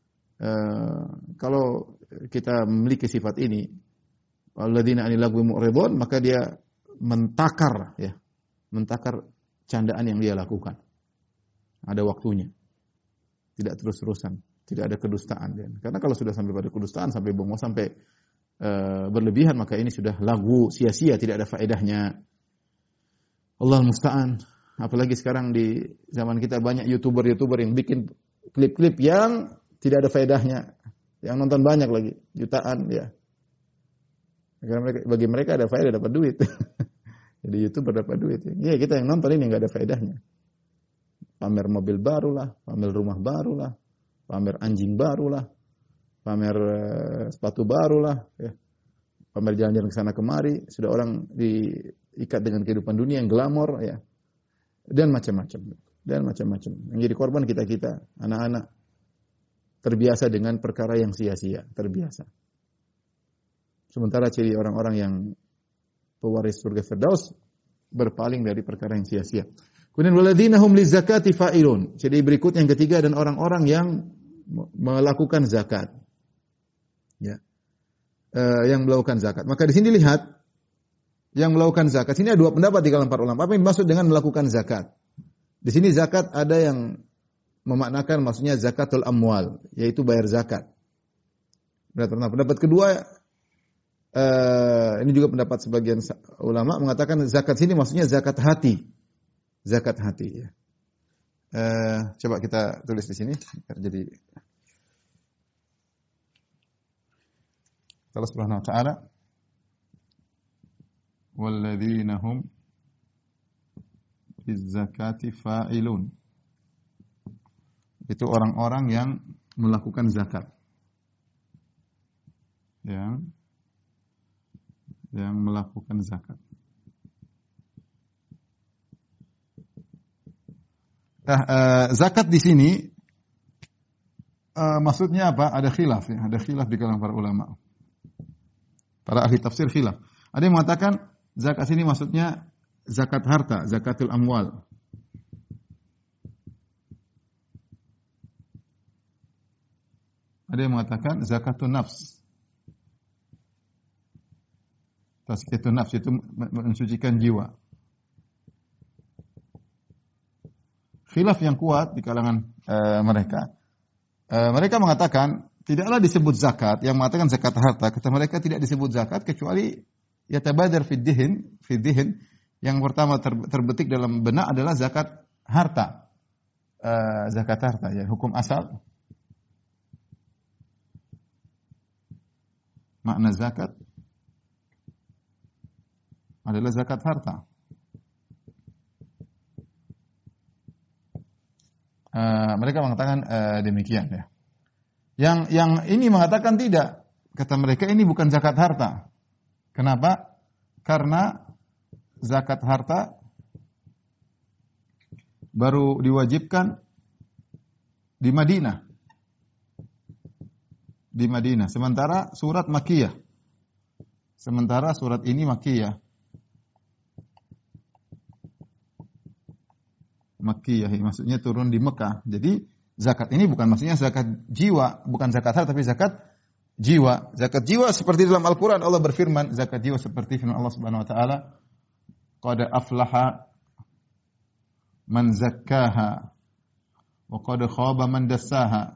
Kalau kita memiliki sifat ini, alladzina 'anil lagwi mu'ridun, maka dia mentakar candaan yang dia lakukan. Ada waktunya. Tidak terus-terusan, tidak ada kedustaan. Karena kalau sudah sampai pada kedustaan, sampai bohong, sampai berlebihan, maka ini sudah lagu, sia-sia, tidak ada faedahnya. Allah musta'an. Apalagi sekarang di zaman kita banyak YouTuber yang bikin klip-klip yang tidak ada faedahnya. Yang nonton banyak lagi, jutaan, ya. Karena bagi mereka ada faedah dapat duit. Jadi YouTuber dapat duit. Iya, kita yang nonton ini nggak ada faedahnya. Pamer mobil barulah, pamer rumah barulah, pamer anjing barulah, pamer sepatu barulah, ya. Pamer jalan-jalan ke sana kemari, sudah orang diikat dengan kehidupan dunia yang glamor, ya. Dan macam-macam. Yang jadi korban kita-kita, anak-anak terbiasa dengan perkara yang sia-sia, terbiasa. Sementara ciri orang-orang yang pewaris surga Firdaus berpaling dari perkara yang sia-sia. Kemudian waladzina hum lizakati fa'ilun. Jadi berikut yang ketiga dan orang-orang yang melakukan zakat. Ya. Yang melakukan zakat. Maka di sini lihat yang melakukan zakat. Sini ada dua pendapat di kalangan para ulama. Apa yang dimaksud dengan melakukan zakat? Di sini zakat ada yang memaknakan maksudnya zakatul amwal, yaitu bayar zakat. Pendapat kedua, ini juga pendapat sebagian ulama mengatakan zakat sini maksudnya zakat hati. Zakat hati, ya. Coba kita tulis di sini. Jadi Allah Subhanahu wa taala walladzina hum bizzakati fa'ilun. Itu orang-orang yang melakukan zakat. Yang melakukan zakat. Zakat di sini maksudnya apa? Ada khilaf, ya. Ada khilaf di kalangan para ulama. Para ahli tafsir khilaf. Ada yang mengatakan zakat sini maksudnya zakat harta, zakatul amwal. Ada yang mengatakan zakatun nafs. Tazkiyatun nafs itu mensucikan jiwa. Khilaf yang kuat di kalangan mereka. Mereka mengatakan tidaklah disebut zakat, yang mengatakan zakat harta. Kata mereka tidak disebut zakat kecuali yatabadar fid dhihin. Yang pertama terbetik dalam benak adalah zakat harta. Zakat harta, ya, hukum asal. Makna zakat adalah zakat harta. Mereka mengatakan demikian, ya. Yang ini mengatakan tidak. Kata mereka ini bukan zakat harta. Kenapa? Karena zakat harta baru diwajibkan di Madinah. Di Madinah. Sementara surat Makkiyah. Sementara surat ini Makkiyah. Makkiyah, maksudnya turun di Mekah. Jadi zakat ini bukan maksudnya zakat jiwa, bukan zakat harta tapi zakat jiwa. Zakat jiwa seperti dalam Al-Qur'an Allah berfirman, zakat jiwa seperti firman Allah Subhanahu wa taala, qad aflaha man zakkaha wa qad khaba man dassaha.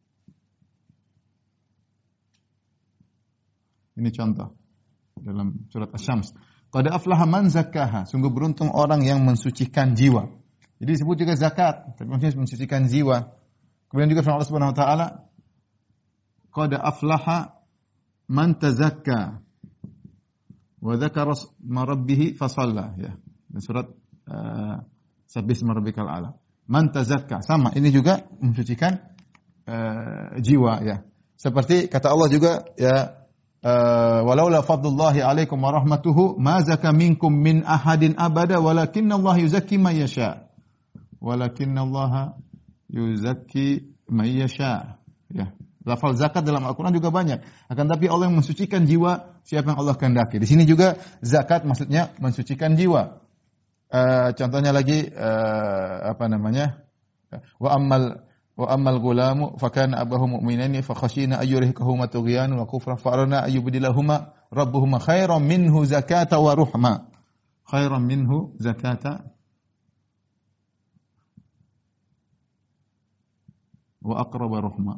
Ini contoh dalam surat Asy-Syams. Qad aflaha man zakkaha, sungguh beruntung orang yang mensucikan jiwa. Jadi disebut juga zakat, tapi maksudnya mensucikan jiwa. Kemudian juga firman Allah Subhanahu wa taala, qad aflaha man tazakka wa dzakara isma rabbih fa shalla, ya. Dan surat Sabbih isma rabbikal a'la. Man tazakka, sama, ini juga mensucikan jiwa, ya. Seperti kata Allah juga, ya, walaula fadlullahi 'alaikum wa rahmatuhu ma zaka minkum min ahadin abada walakinnallaha yuzakki man yasha. Walakinnallaha yuzakki man yasha. Ya. Lafal zakat dalam Al-Qur'an juga banyak. Akan tapi Allah yang mensucikan jiwa siapa yang Allah kehendaki. Di sini juga zakat maksudnya mensucikan jiwa. Contohnya lagi apa namanya? Wa ammal gulamu fa kana abahu mu'minaini fa khashina ayyurihkahuma tughyan wa kufra fa arana ayyubdilahuma rabbuhuma khairan minhu zakata wa ruhma. Khairan minhu zakata wa aqraba ruhma.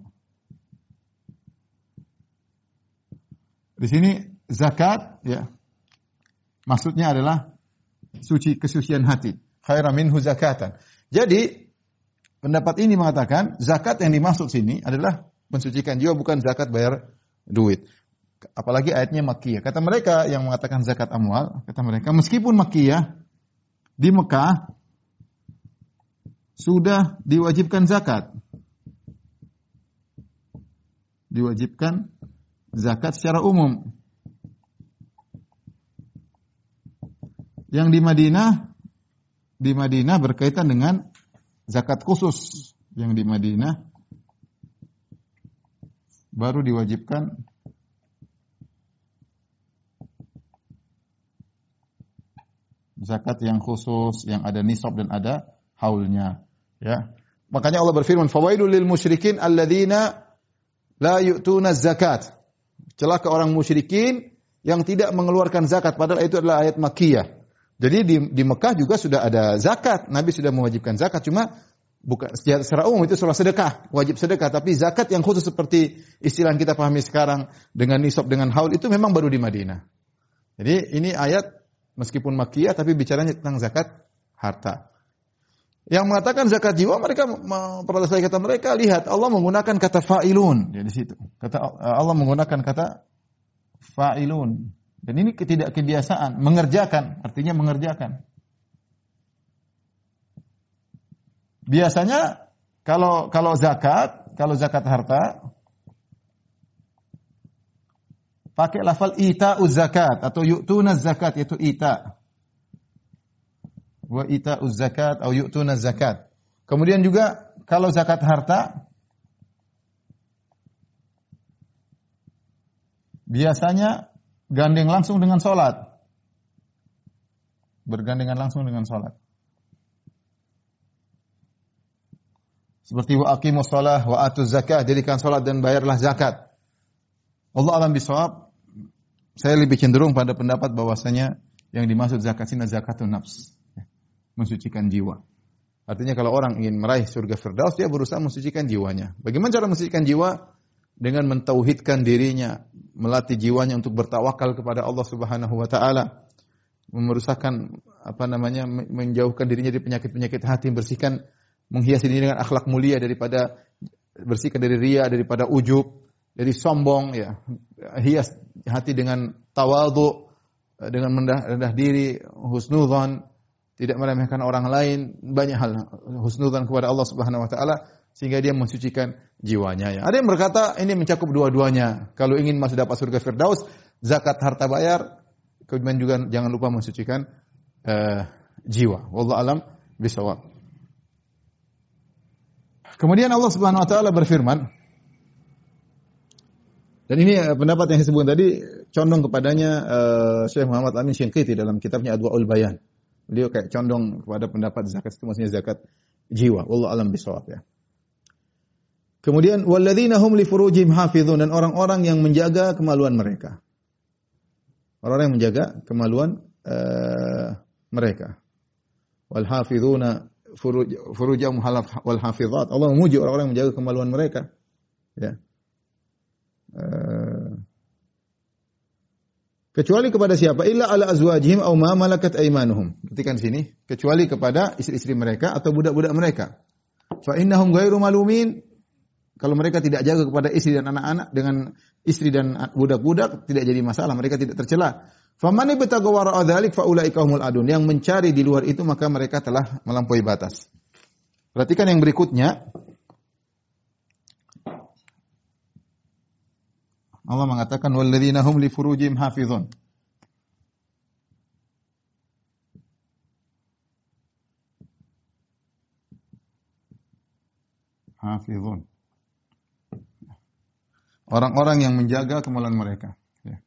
Di sini zakat, ya, maksudnya adalah kesucian hati. Khairan minhu zakatan. Jadi pendapat ini mengatakan zakat yang dimaksud sini adalah mensucikan jiwa, bukan zakat bayar duit. Apalagi ayatnya Makkiyah. Kata mereka yang mengatakan zakat amwal, kata mereka meskipun Makkiyah di Mekah sudah diwajibkan zakat. Diwajibkan zakat secara umum. Yang di Madinah berkaitan dengan zakat khusus. Yang di Madinah baru diwajibkan zakat yang khusus, yang ada nisab dan ada haulnya. Ya. Makanya Allah berfirman, "Fawailul lil musyrikin alladzina la yu'tuna zakat." Celaka orang musyrikin yang tidak mengeluarkan zakat, padahal itu adalah ayat Makkiyah. Jadi di Mekah juga sudah ada zakat. Nabi sudah mewajibkan zakat, cuma bukan secara umum itu soal sedekah, wajib sedekah, tapi zakat yang khusus seperti istilah yang kita pahami sekarang dengan nisab dengan haul itu memang baru di Madinah. Jadi ini ayat meskipun Makkiyah tapi bicaranya tentang zakat harta. Yang mengatakan zakat jiwa mereka pada saya kata mereka lihat Allah menggunakan kata fa'ilun di situ. Kata Allah menggunakan kata fa'ilun. Dan ini ketidakkebiasaan, mengerjakan, artinya mengerjakan. Biasanya kalau zakat harta pakai lafal ita'uz zakat atau yu'tuna zakat, yaitu ita. Wa ita'uz zakat atau yu'tuna zakat. Kemudian juga kalau zakat harta biasanya gandeng langsung dengan salat. Bergandengan langsung dengan salat. Seperti wa aqimus shalah wa atuz zakah, dirikan salat dan bayarlah zakat. Allah alam bisawab, saya lebih cenderung pada pendapat bahwasanya yang dimaksud zakat sini zakatun nafs, mensucikan jiwa. Artinya kalau orang ingin meraih surga Firdaus, dia berusaha mensucikan jiwanya. Bagaimana cara mensucikan jiwa? Dengan mentauhidkan dirinya, melatih jiwanya untuk bertawakal kepada Allah Subhanahu wa taala, memerusakkan menjauhkan dirinya dari penyakit-penyakit hati, bersihkan, menghiasi diri dengan akhlak mulia daripada bersihkan dari riya, daripada ujub, dari sombong ya. Hias hati dengan tawadhu, dengan rendah diri, husnudzon, tidak meremehkan orang lain, banyak hal husnudzon kepada Allah Subhanahu wa taala sehingga dia mensucikan jiwanya ya. Ada yang berkata ini mencakup dua-duanya. Kalau ingin masuk dapat surga Firdaus, zakat harta bayar, kemudian juga jangan lupa mensucikan jiwa. Wallahu alam bisawab. Kemudian Allah Subhanahu wa taala berfirman, dan ini pendapat yang saya sebutkan tadi condong kepadanya Syekh Muhammad Amin Syinqiti dalam kitabnya Adwaul Bayan. Beliau kayak condong kepada pendapat zakat itu maksudnya zakat jiwa. Wallahu alam bisawab ya. Kemudian walladzina hum li furujihim hafizun, dan orang-orang yang menjaga kemaluan mereka. Orang-orang yang menjaga kemaluan mereka. Wal hafizuna furujahum wal hafizat. Allah memuji orang-orang yang menjaga kemaluan mereka. Ya. Kecuali kepada siapa? Illa ala azwajihim aw ma malakat aymanuhum. Ketikan sini, kecuali kepada istri-istri mereka atau budak-budak mereka. Fa innahum ghairu malumin. Kalau mereka tidak jaga kepada istri dan anak-anak, dengan istri dan budak-budak tidak jadi masalah, mereka tidak tercela. Faman ibtagha wara'a dzalik fa ulaika humul adun. Yang mencari di luar itu maka mereka telah melampaui batas. Perhatikan yang berikutnya. Allah mengatakan walladzina hum li furujihim hafizun. Hafizun. Orang-orang yang menjaga kemaluan mereka. Ya.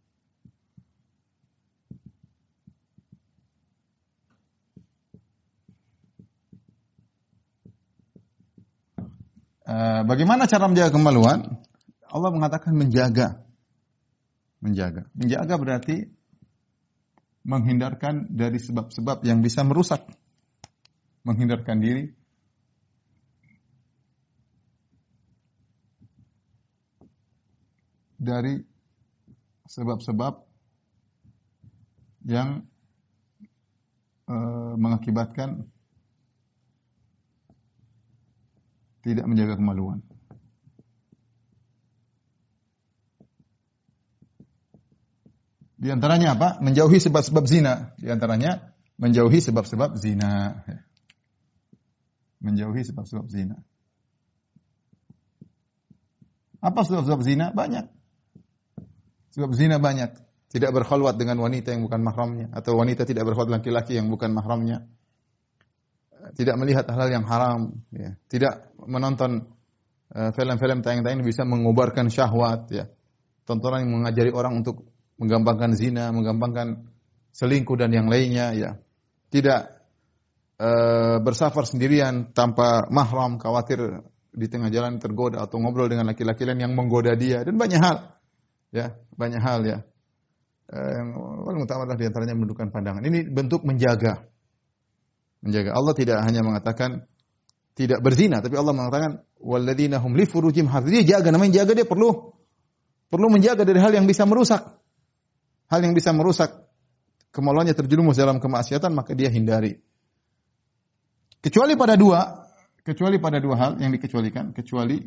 Bagaimana cara menjaga kemaluan? Allah mengatakan menjaga. Menjaga. Menjaga berarti menghindarkan dari sebab-sebab yang bisa merusak. Menghindarkan diri dari sebab-sebab yang mengakibatkan tidak menjaga kemaluan. Di antaranya apa? Menjauhi sebab-sebab zina. Di antaranya menjauhi sebab-sebab zina. Menjauhi sebab-sebab zina. Apa sebab-sebab zina? Banyak. Sebab zina banyak. Tidak berkhalwat dengan wanita yang bukan mahramnya, atau wanita tidak berkhalwat laki-laki yang bukan mahramnya. Tidak melihat hal-hal yang haram, ya. Tidak menonton film-film tayang-tayang yang bisa mengobarkan syahwat, ya. Tontonan yang mengajari orang untuk menggampangkan zina, menggampangkan selingkuh dan yang lainnya, ya. Tidak bersafar sendirian tanpa mahram, khawatir di tengah jalan tergoda atau ngobrol dengan laki-laki lain yang menggoda dia, dan banyak hal, ya, banyak hal, ya. Yang paling utama adalah di antaranya menundukkan pandangan. Ini bentuk menjaga. Menjaga. Allah tidak hanya mengatakan tidak berzina, tapi Allah mengatakan walladzina hum li furujihim hafizun. Dia jaga, namanya jaga, dia perlu menjaga dari hal yang bisa merusak. Hal yang bisa merusak kemaluannya, terjerumus dalam kemaksiatan, maka dia hindari. Kecuali pada dua hal yang dikecualikan, kecuali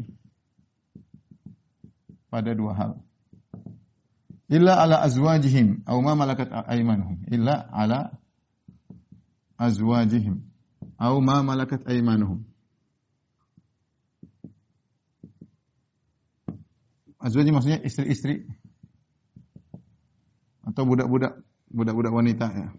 pada dua hal. Illa ala azwajihim aw ma malakat aymanuhum. Illa ala azwajihim aw ma malakat aymanuhum. Azwajih maksudnya istri-istri atau budak-budak wanita, ya.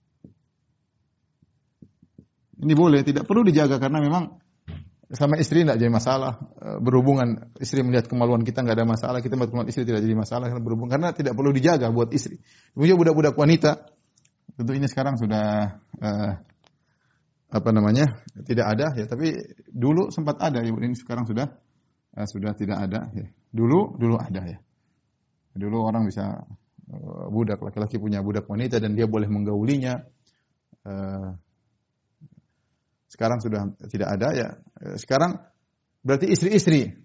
Ini boleh, tidak perlu dijaga karena memang sama istri tidak jadi masalah. Berhubungan istri melihat kemaluan kita nggak ada masalah, kita melihat kemaluan istri tidak jadi masalah karena berhubungan, karena tidak perlu dijaga buat istri. Kemudian budak-budak wanita, tentu ini sekarang sudah tidak ada, ya. Tapi dulu sempat ada, ya. Ini sekarang sudah tidak ada, ya. Dulu ada, ya. Dulu orang bisa budak laki-laki punya budak wanita dan dia boleh menggaulinya. Sekarang sudah tidak ada, ya. Sekarang berarti istri.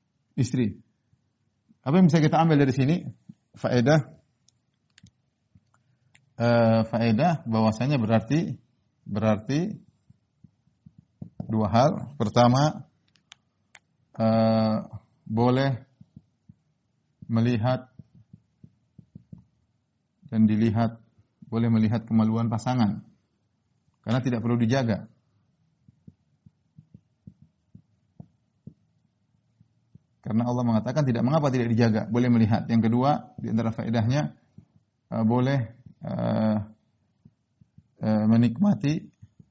Apa yang bisa kita ambil dari sini? Faedah bahwasanya berarti dua hal. Pertama, boleh melihat dan dilihat, boleh melihat kemaluan pasangan karena tidak perlu dijaga. Karena Allah mengatakan tidak mengapa tidak dijaga, boleh melihat. Yang kedua, di antara faedahnya boleh menikmati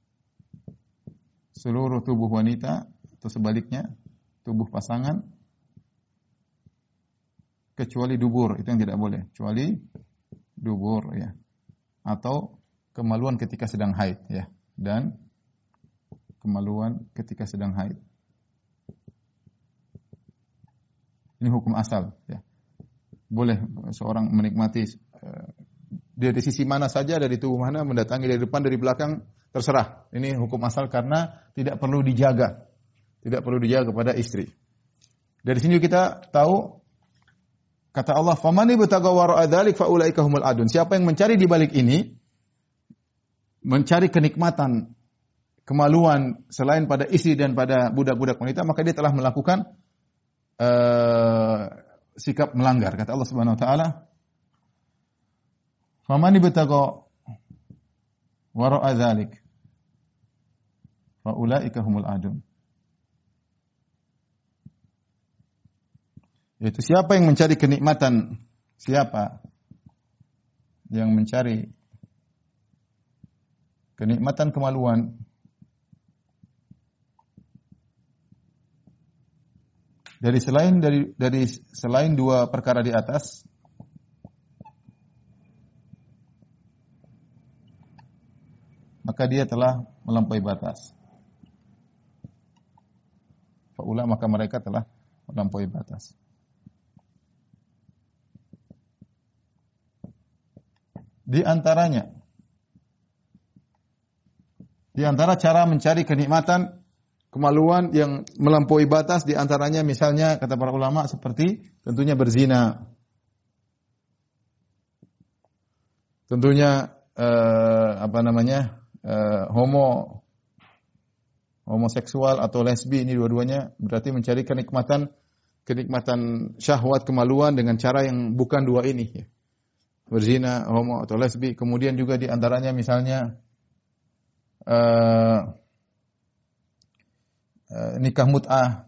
seluruh tubuh wanita atau sebaliknya tubuh pasangan kecuali dubur, itu yang tidak boleh, kecuali dubur, ya. Atau kemaluan ketika sedang haid, ya. Dan kemaluan ketika sedang haid. Ini hukum asal, ya. Boleh seorang menikmati dari sisi mana saja, dari tubuh mana, mendatangi dari depan, dari belakang, terserah. Ini hukum asal karena tidak perlu dijaga. Tidak perlu dijaga kepada istri. Dari sini kita tahu kata Allah, "Faman ibtagha wara'a dzalik fa ulaika humul adun." Siapa yang mencari di balik ini, mencari kenikmatan, kemaluan selain pada istri dan pada budak-budak wanita, maka dia telah melakukan sikap melanggar. Kata Allah Subhanahu wa taala, "Faman ibtagha wara'a dzalik fa ulaika humul adun." Yaitu siapa yang mencari kenikmatan, siapa yang mencari kenikmatan kemaluan dari selain dua perkara di atas, maka dia telah melampaui batas. Faula, maka mereka telah melampaui batas. Di antara cara mencari kenikmatan kemaluan yang melampaui batas, di antaranya misalnya kata para ulama seperti tentunya berzina. Tentunya homoseksual atau lesbi, ini dua-duanya berarti mencari kenikmatan syahwat kemaluan dengan cara yang bukan dua ini, ya. berzina, homo atau lesbi. Kemudian juga di antaranya misalnya nikah mut'ah.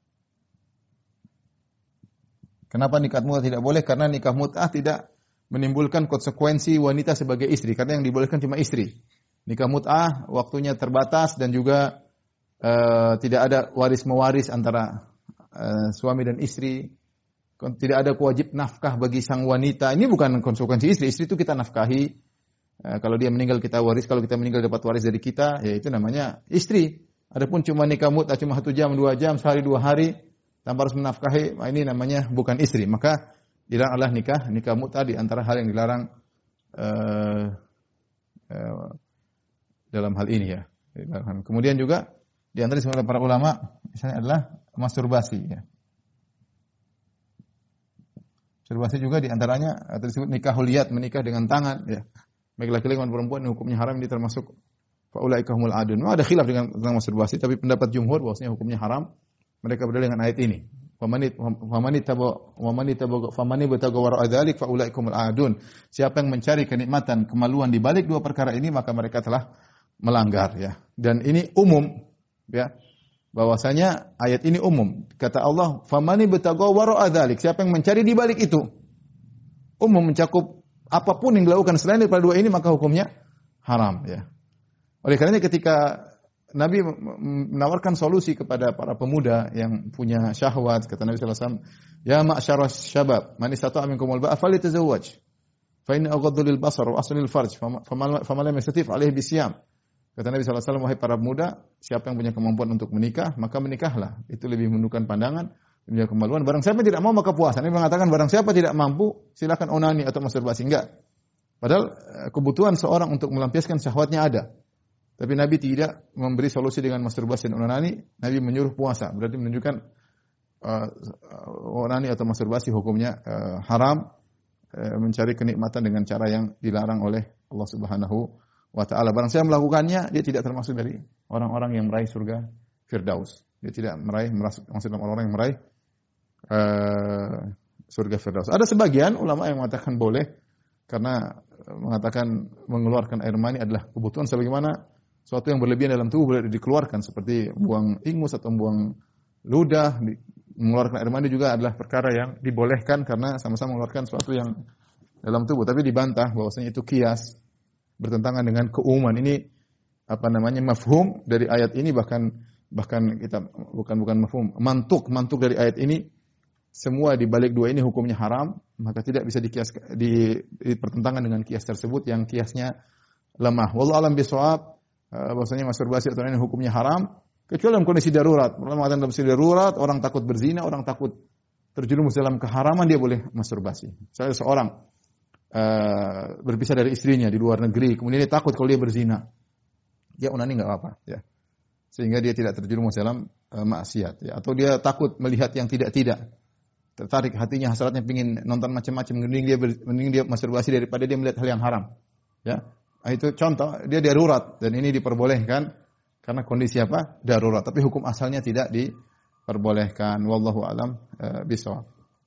Kenapa nikah mut'ah tidak boleh? Karena nikah mut'ah tidak menimbulkan konsekuensi wanita sebagai istri, karena yang dibolehkan cuma istri. Nikah mut'ah waktunya terbatas dan juga tidak ada waris mewaris antara suami dan istri. Tidak ada kewajib nafkah bagi sang wanita. Ini bukan konsekuensi istri. Istri itu kita nafkahi. Kalau dia meninggal kita waris. Kalau kita meninggal dapat waris dari kita, ya itu namanya istri. Adapun cuma nikah mut'ah cuma 1 jam, 2 jam, sehari 2 hari tanpa harus menafkahi, ini namanya bukan istri. Maka dilarang adalah nikah mut'ah di antara hal yang dilarang dalam hal ini ya. Kemudian juga di antara disebutkan para ulama misalnya adalah masturbasi ya. Masturbasi juga di antaranya disebut nikahul yad, menikah dengan tangan ya. Baik laki-laki maupun perempuan hukumnya haram, ini termasuk faulaika humul adun. Ada khilaf tentang masturbasi, tapi pendapat jumhur bahwasanya hukumnya haram. Mereka berdalil dengan ayat ini. Famani bataga wara'a dzalik faulaika humul adun. Siapa yang mencari kenikmatan, kemaluan di balik dua perkara ini, maka mereka telah melanggar ya. Dan ini umum ya. Bahwasanya ayat ini umum. Kata Allah, "Famani bataga wara'a dzalik." Siapa yang mencari di balik itu. Umum, mencakup apapun yang dilakukan selain daripada dua ini, maka hukumnya haram ya. Oleh karenanya ketika Nabi menawarkan solusi kepada para pemuda yang punya syahwat, kata Nabi sallallahu alaihi wasallam, "Ya ma'syaras syabab, man istata'a minkumul ba'a falyatazawwaj. Fa inna aghaddu lil basar wa aslu lil farj, faman lam yastati' fa alaihi bisyam." Kata Nabi sallallahu alaihi wasallam, "Wahai para pemuda, siapa yang punya kemampuan untuk menikah, maka menikahlah. Itu lebih menundukkan pandangan, punya kemaluan. Barang siapa tidak mau, maka puasa." Nabi mengatakan barang siapa tidak mampu, silakan onani atau masturbasi. Enggak. Padahal kebutuhan seorang untuk melampiaskan syahwatnya ada. Tapi Nabi tidak memberi solusi dengan masturbasi dan onani. Nabi menyuruh puasa. Berarti menunjukkan onani atau masturbasi hukumnya haram, mencari kenikmatan dengan cara yang dilarang oleh Allah Subhanahu wa taala. Barang siapa melakukannya, dia tidak termasuk dari orang-orang yang meraih surga Firdaus. Dia tidak masuk dalam orang-orang yang meraih surga Firdaus. Ada sebagian ulama yang mengatakan boleh karena mengatakan mengeluarkan air mani adalah kebutuhan sebagaimana suatu yang berlebihan dalam tubuh boleh dikeluarkan seperti buang ingus atau buang ludah. Mengeluarkan air mani juga adalah perkara yang dibolehkan karena sama-sama mengeluarkan suatu yang dalam tubuh. Tapi dibantah bahwasanya itu kias, bertentangan dengan keumuman. Ini mafhum dari ayat ini, bahkan kita bukan mafhum, mantuk dari ayat ini, semua di balik dua ini hukumnya haram, maka tidak bisa dipertentangan dengan kias tersebut yang kiasnya lemah. Wallahu alam bisawab, bahwasanya masturbasi atau ini hukumnya haram kecuali dalam kondisi darurat. Ulama mengatakan dalam kondisi darurat, orang takut berzina, orang takut terjerumus dalam keharaman, dia boleh masturbasi. Misalnya seorang berpisah dari istrinya di luar negeri, kemudian dia takut kalau dia berzina, dia onani nggak apa-apa, ya, sehingga dia tidak terjerumus dalam maksiat, ya. Atau dia takut melihat yang tidak, tertarik hatinya, hasratnya pingin nonton macam-macam, mending dia masturbasi daripada dia melihat hal yang haram, ya. Nah, itu contoh, dia darurat dan ini diperbolehkan karena kondisi apa? Darurat. Tapi hukum asalnya tidak diperbolehkan. Wallahu alam bishawab.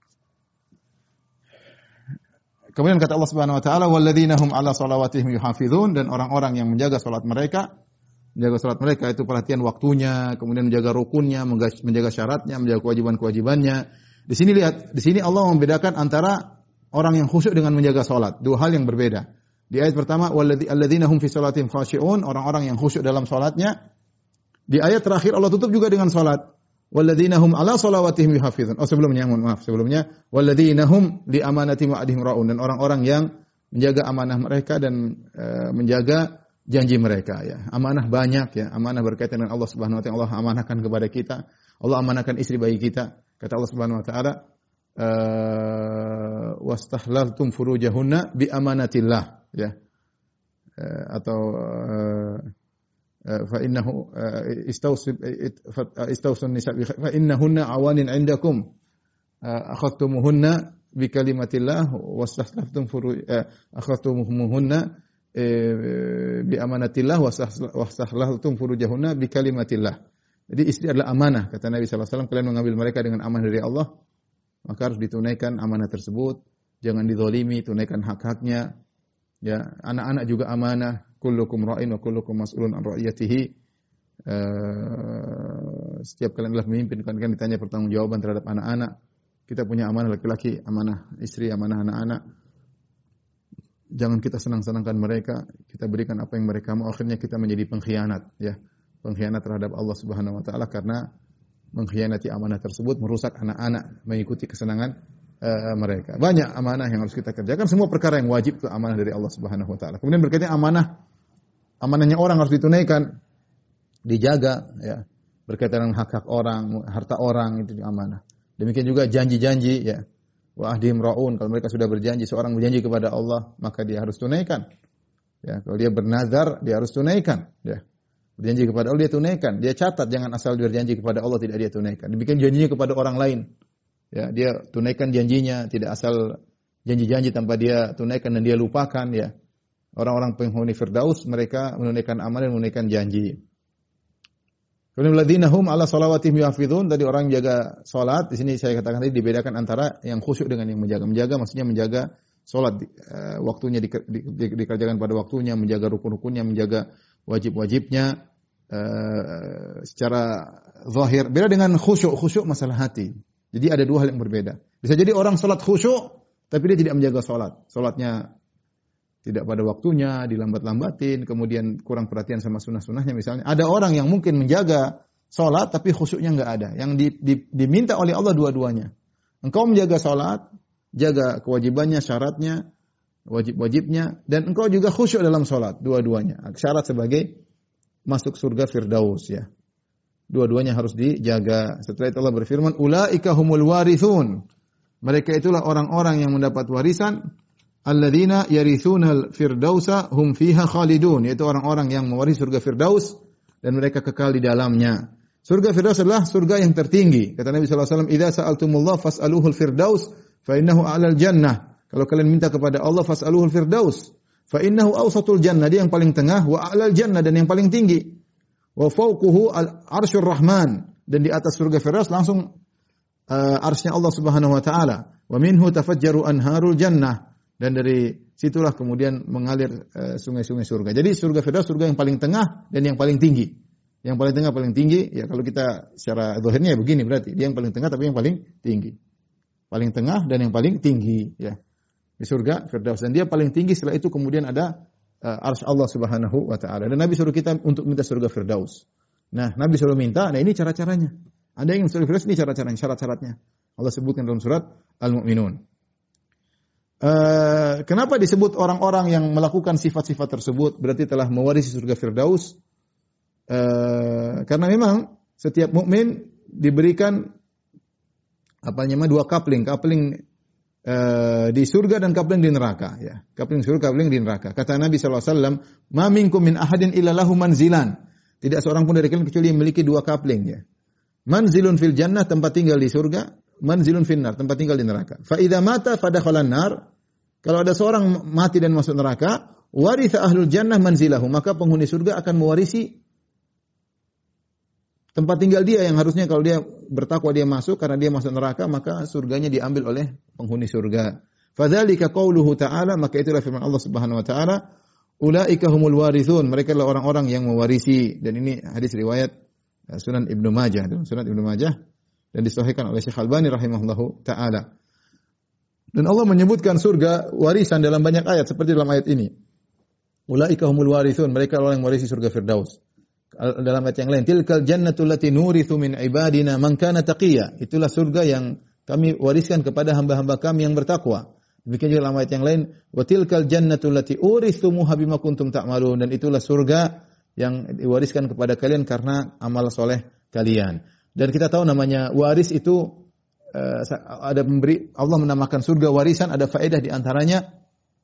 Kemudian kata Allah Subhanahu wa taala, "Walladzina hum 'ala shalawatihim yuhafizun," dan orang-orang yang menjaga salat mereka itu perhatian waktunya, kemudian menjaga rukunnya, menjaga syaratnya, menjaga kewajiban-kewajibannya. Di sini Allah membedakan antara orang yang khusyuk dengan menjaga salat, dua hal yang berbeda. Di ayat pertama, "Walladzina hum fi shalatihim khashi'un," orang-orang yang khusyuk dalam salatnya. Di ayat terakhir Allah tutup juga dengan salat. "Walladzina hum 'ala shalawatihim yuhafizun." Sebelumnya, "Walladzina hum li amanatihim wa 'ahdihim ra'un," dan orang-orang yang menjaga amanah mereka dan menjaga janji mereka, ya. Amanah banyak, ya. Amanah berkaitan dengan Allah Subhanahu wa taala. Allah amanahkan kepada kita. Allah amanahkan istri bagi kita. Kata Allah Subhanahu wa taala, "Wastahlaltum furujahunna bi amanatillah," ya. Atau fa innahu istawsun nisa fa innahunna awanin 'indakum akhadtumuhunna bi kalimatillah wastahlaftum akhadtumuhunna bi amanatillah wastahlaltum furujahunna bi kalimatillah. Jadi istri adalah amanah, kata Nabi sallallahu alaihi wasallam, kalian mengambil mereka dengan amanah dari Allah, maka harus ditunaikan amanah tersebut jangan dizalimi, tunaikan hak-haknya. Ya, anak-anak juga amanah. Kullukum ra'in wa kullukum mas'ulun an ra'iyatihi. Setiap kalian adalah pemimpin, kalian ditanya pertanggungjawaban terhadap anak-anak. Kita punya amanah laki-laki, amanah istri, amanah anak-anak. Jangan kita senang-senangkan mereka, kita berikan apa yang mereka mau, akhirnya kita menjadi pengkhianat, ya. Pengkhianat terhadap Allah Subhanahu wa taala karena mengkhianati amanah tersebut merusak anak-anak mengikuti kesenangan mereka. Banyak amanah yang harus kita kerjakan, semua perkara yang wajib itu amanah dari Allah Subhanahu wa taala. Kemudian berkaitan amanahnya orang harus ditunaikan, dijaga, ya. Berkaitan dengan hak-hak orang, harta orang itu amanah. Demikian juga janji-janji, ya. Wa ahdihim ra'un, kalau mereka sudah berjanji, seorang berjanji kepada Allah, maka dia harus tunaikan. Ya, kalau dia bernazar, dia harus tunaikan, ya. Berjanji kepada Allah dia tunaikan. Dia catat, jangan asal berjanji kepada Allah tidak dia tunaikan. Demikian janjinya kepada orang lain. Ya, dia tunaikan janjinya, tidak asal janji-janji tanpa dia tunaikan dan dia lupakan, ya. Orang-orang penghuni Firdaus mereka menunaikan amal dan menunaikan janji. Kemudian alladzina hum ala shalawatihim yuhafizun, tadi orang jaga salat, di sini saya katakan tadi dibedakan antara yang khusyuk dengan yang menjaga. Menjaga maksudnya menjaga salat waktunya dikerjakan pada waktunya, menjaga rukun-rukunnya, menjaga wajib-wajibnya secara zahir. Beda dengan khusyuk, khusyuk masalah hati. Jadi ada dua hal yang berbeda. Bisa jadi orang salat khusyuk tapi dia tidak menjaga salat. Salatnya tidak pada waktunya, dilambat-lambatin, kemudian kurang perhatian sama sunnah-sunnahnya misalnya. Ada orang yang mungkin menjaga salat tapi khusyuknya enggak ada. Yang diminta oleh Allah dua-duanya. Engkau menjaga salat, jaga kewajibannya, syaratnya, wajib-wajibnya, dan engkau juga khusyuk dalam salat, dua-duanya. Syarat sebagai masuk surga Firdaus, ya. Dua-duanya harus dijaga. Setelah itu Allah berfirman, ulaika humul warithun. Mereka itulah orang-orang yang mendapat warisan. Alladzina yarithunal firdausa hum fiha khalidun, yaitu orang-orang yang mewarisi surga Firdaus dan mereka kekal di dalamnya. Surga Firdaus adalah surga yang tertinggi. Kata Nabi sallallahu alaihi wasallam, "Idza sa'altumullah fas'aluhul firdaus fa innahu a'lal jannah." Kalau kalian minta kepada Allah fas'aluhul firdaus fa innahu awsatul jannah, dia yang paling tengah, wa a'lal jannah, dan yang paling tinggi. Wa fawquhu al-arsyur rahman, dan di atas surga Firdaus langsung arsy-Nya Allah Subhanahu wa taala. Wa minhu tafajjaru anharul jannah, dan dari situlah kemudian mengalir sungai-sungai surga. Jadi surga Firdaus surga yang paling tengah dan yang paling tinggi. Yang paling tengah paling tinggi, ya kalau kita secara zahirnya ya begini berarti dia yang paling tengah tapi yang paling tinggi. Paling tengah dan yang paling tinggi, ya. Di surga Firdaus, dan dia paling tinggi. Setelah itu kemudian ada arsy Allah Subhanahu wa taala. Dan Nabi suruh kita untuk minta surga Firdaus. Nah, Nabi suruh minta, nah ini cara-caranya. Ada yang surga Firdaus, ini cara-caranya, syarat-syaratnya. Allah sebutkan dalam surat Al-Mu'minun. Kenapa disebut orang-orang yang melakukan sifat-sifat tersebut berarti telah mewarisi surga Firdaus? Karena memang setiap mukmin diberikan dua kapling di surga dan kapling di neraka, ya. Kapling surga, kapling di neraka. Kata Nabi sallallahu alaihi wasallam, "Ma minkum min ahadin illa lahu manzilan." Tidak seorang pun dari kalian kecuali memiliki dua kapling, ya. Manzilun fil jannah, tempat tinggal di surga, manzilun finnar, tempat tinggal di neraka. Fa idza mata fadakhalan nar. Kalau ada seorang mati dan masuk neraka, waritha ahlul jannah manzilahu, maka penghuni surga akan mewarisi tempat tinggal dia yang harusnya kalau dia bertakwa dia masuk, karena dia masuk neraka maka surganya diambil oleh penghuni surga. Fadzalika qauluhu ta'ala, maka itulah firman Allah Subhanahu wa taala, ulaika humul warithun, mereka adalah orang-orang yang mewarisi. Dan ini hadis riwayat Sunan Ibnu Majah, Sunan Ibnu Majah, dan disahihkan oleh Syekh Albani rahimahullahu taala. Dan Allah menyebutkan surga warisan dalam banyak ayat seperti dalam ayat ini. Ulaika humul warithun, mereka orang yang mewarisi surga Firdaus. Dalam ayat yang lain, tilkal jannatul lati nurithu min ibadina man kana taqiyya. Itulah surga yang kami wariskan kepada hamba-hamba kami yang bertakwa. Demikian juga dalam ayat yang lain, wa tilkal jannatul lati urithumuha bima kuntum ta'malun, dan itulah surga yang diwariskan kepada kalian karena amal soleh kalian. Dan kita tahu namanya waris itu ada memberi, Allah menamakan surga warisan, ada faedah di antaranya.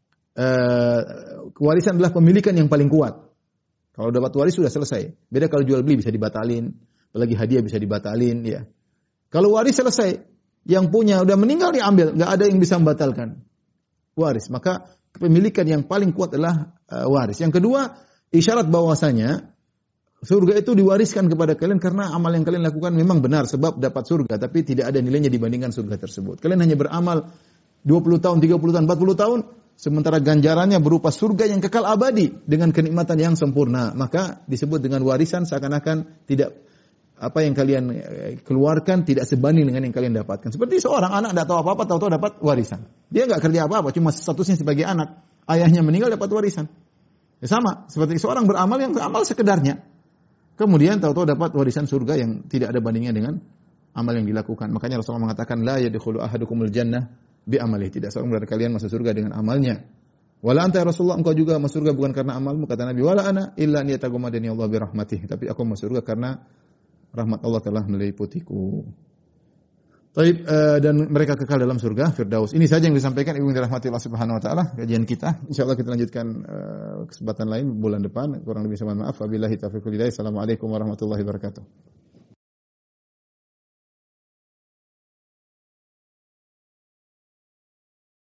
Warisan adalah pemilikan yang paling kuat. Kalau dapat waris sudah selesai. Beda kalau jual beli bisa dibatalin, apalagi hadiah bisa dibatalin, ya. Kalau waris selesai, yang punya udah meninggal diambil, nggak ada yang bisa membatalkan waris. Maka kepemilikan yang paling kuat adalah waris. Yang kedua, isyarat bahwasanya surga itu diwariskan kepada kalian karena amal yang kalian lakukan memang benar sebab dapat surga, tapi tidak ada nilainya dibandingkan surga tersebut. Kalian hanya beramal 20 tahun, 30 tahun, 40 tahun, sementara ganjarannya berupa surga yang kekal abadi dengan kenikmatan yang sempurna. Maka disebut dengan warisan seakan-akan tidak apa yang kalian keluarkan tidak sebanding dengan yang kalian dapatkan. Seperti seorang anak tidak tahu apa-apa, tahu-tahu dapat warisan. Dia nggak kerja apa-apa, cuma statusnya sebagai anak. Ayahnya meninggal dapat warisan. Ya sama, seperti seorang beramal yang beramal sekedarnya. Kemudian tahu-tahu dapat warisan surga yang tidak ada bandingnya dengan amal yang dilakukan. Makanya Rasulullah mengatakan la yadkhulu ahadukumul jannah bi amalihi. Tidak seorang dari kalian masuk surga dengan amalnya. Wala anta ya Rasulullah, engkau juga masuk surga bukan karena amalmu, kata Nabi. Wala ana illa an yataghammadani Allah bi rahmatih. Tapi aku masuk surga karena rahmat Allah telah meliputiku. Taib, dan mereka kekal dalam surga Firdaus. Ini saja yang disampaikan Ibu yang dirahmati Allah Subhanahu wa taala kajian kita. Insyaallah kita lanjutkan kesempatan lain bulan depan. Kurang lebih mohon maaf. Wabillahi taufiq wal hidayah. Assalamualaikum warahmatullahi wabarakatuh.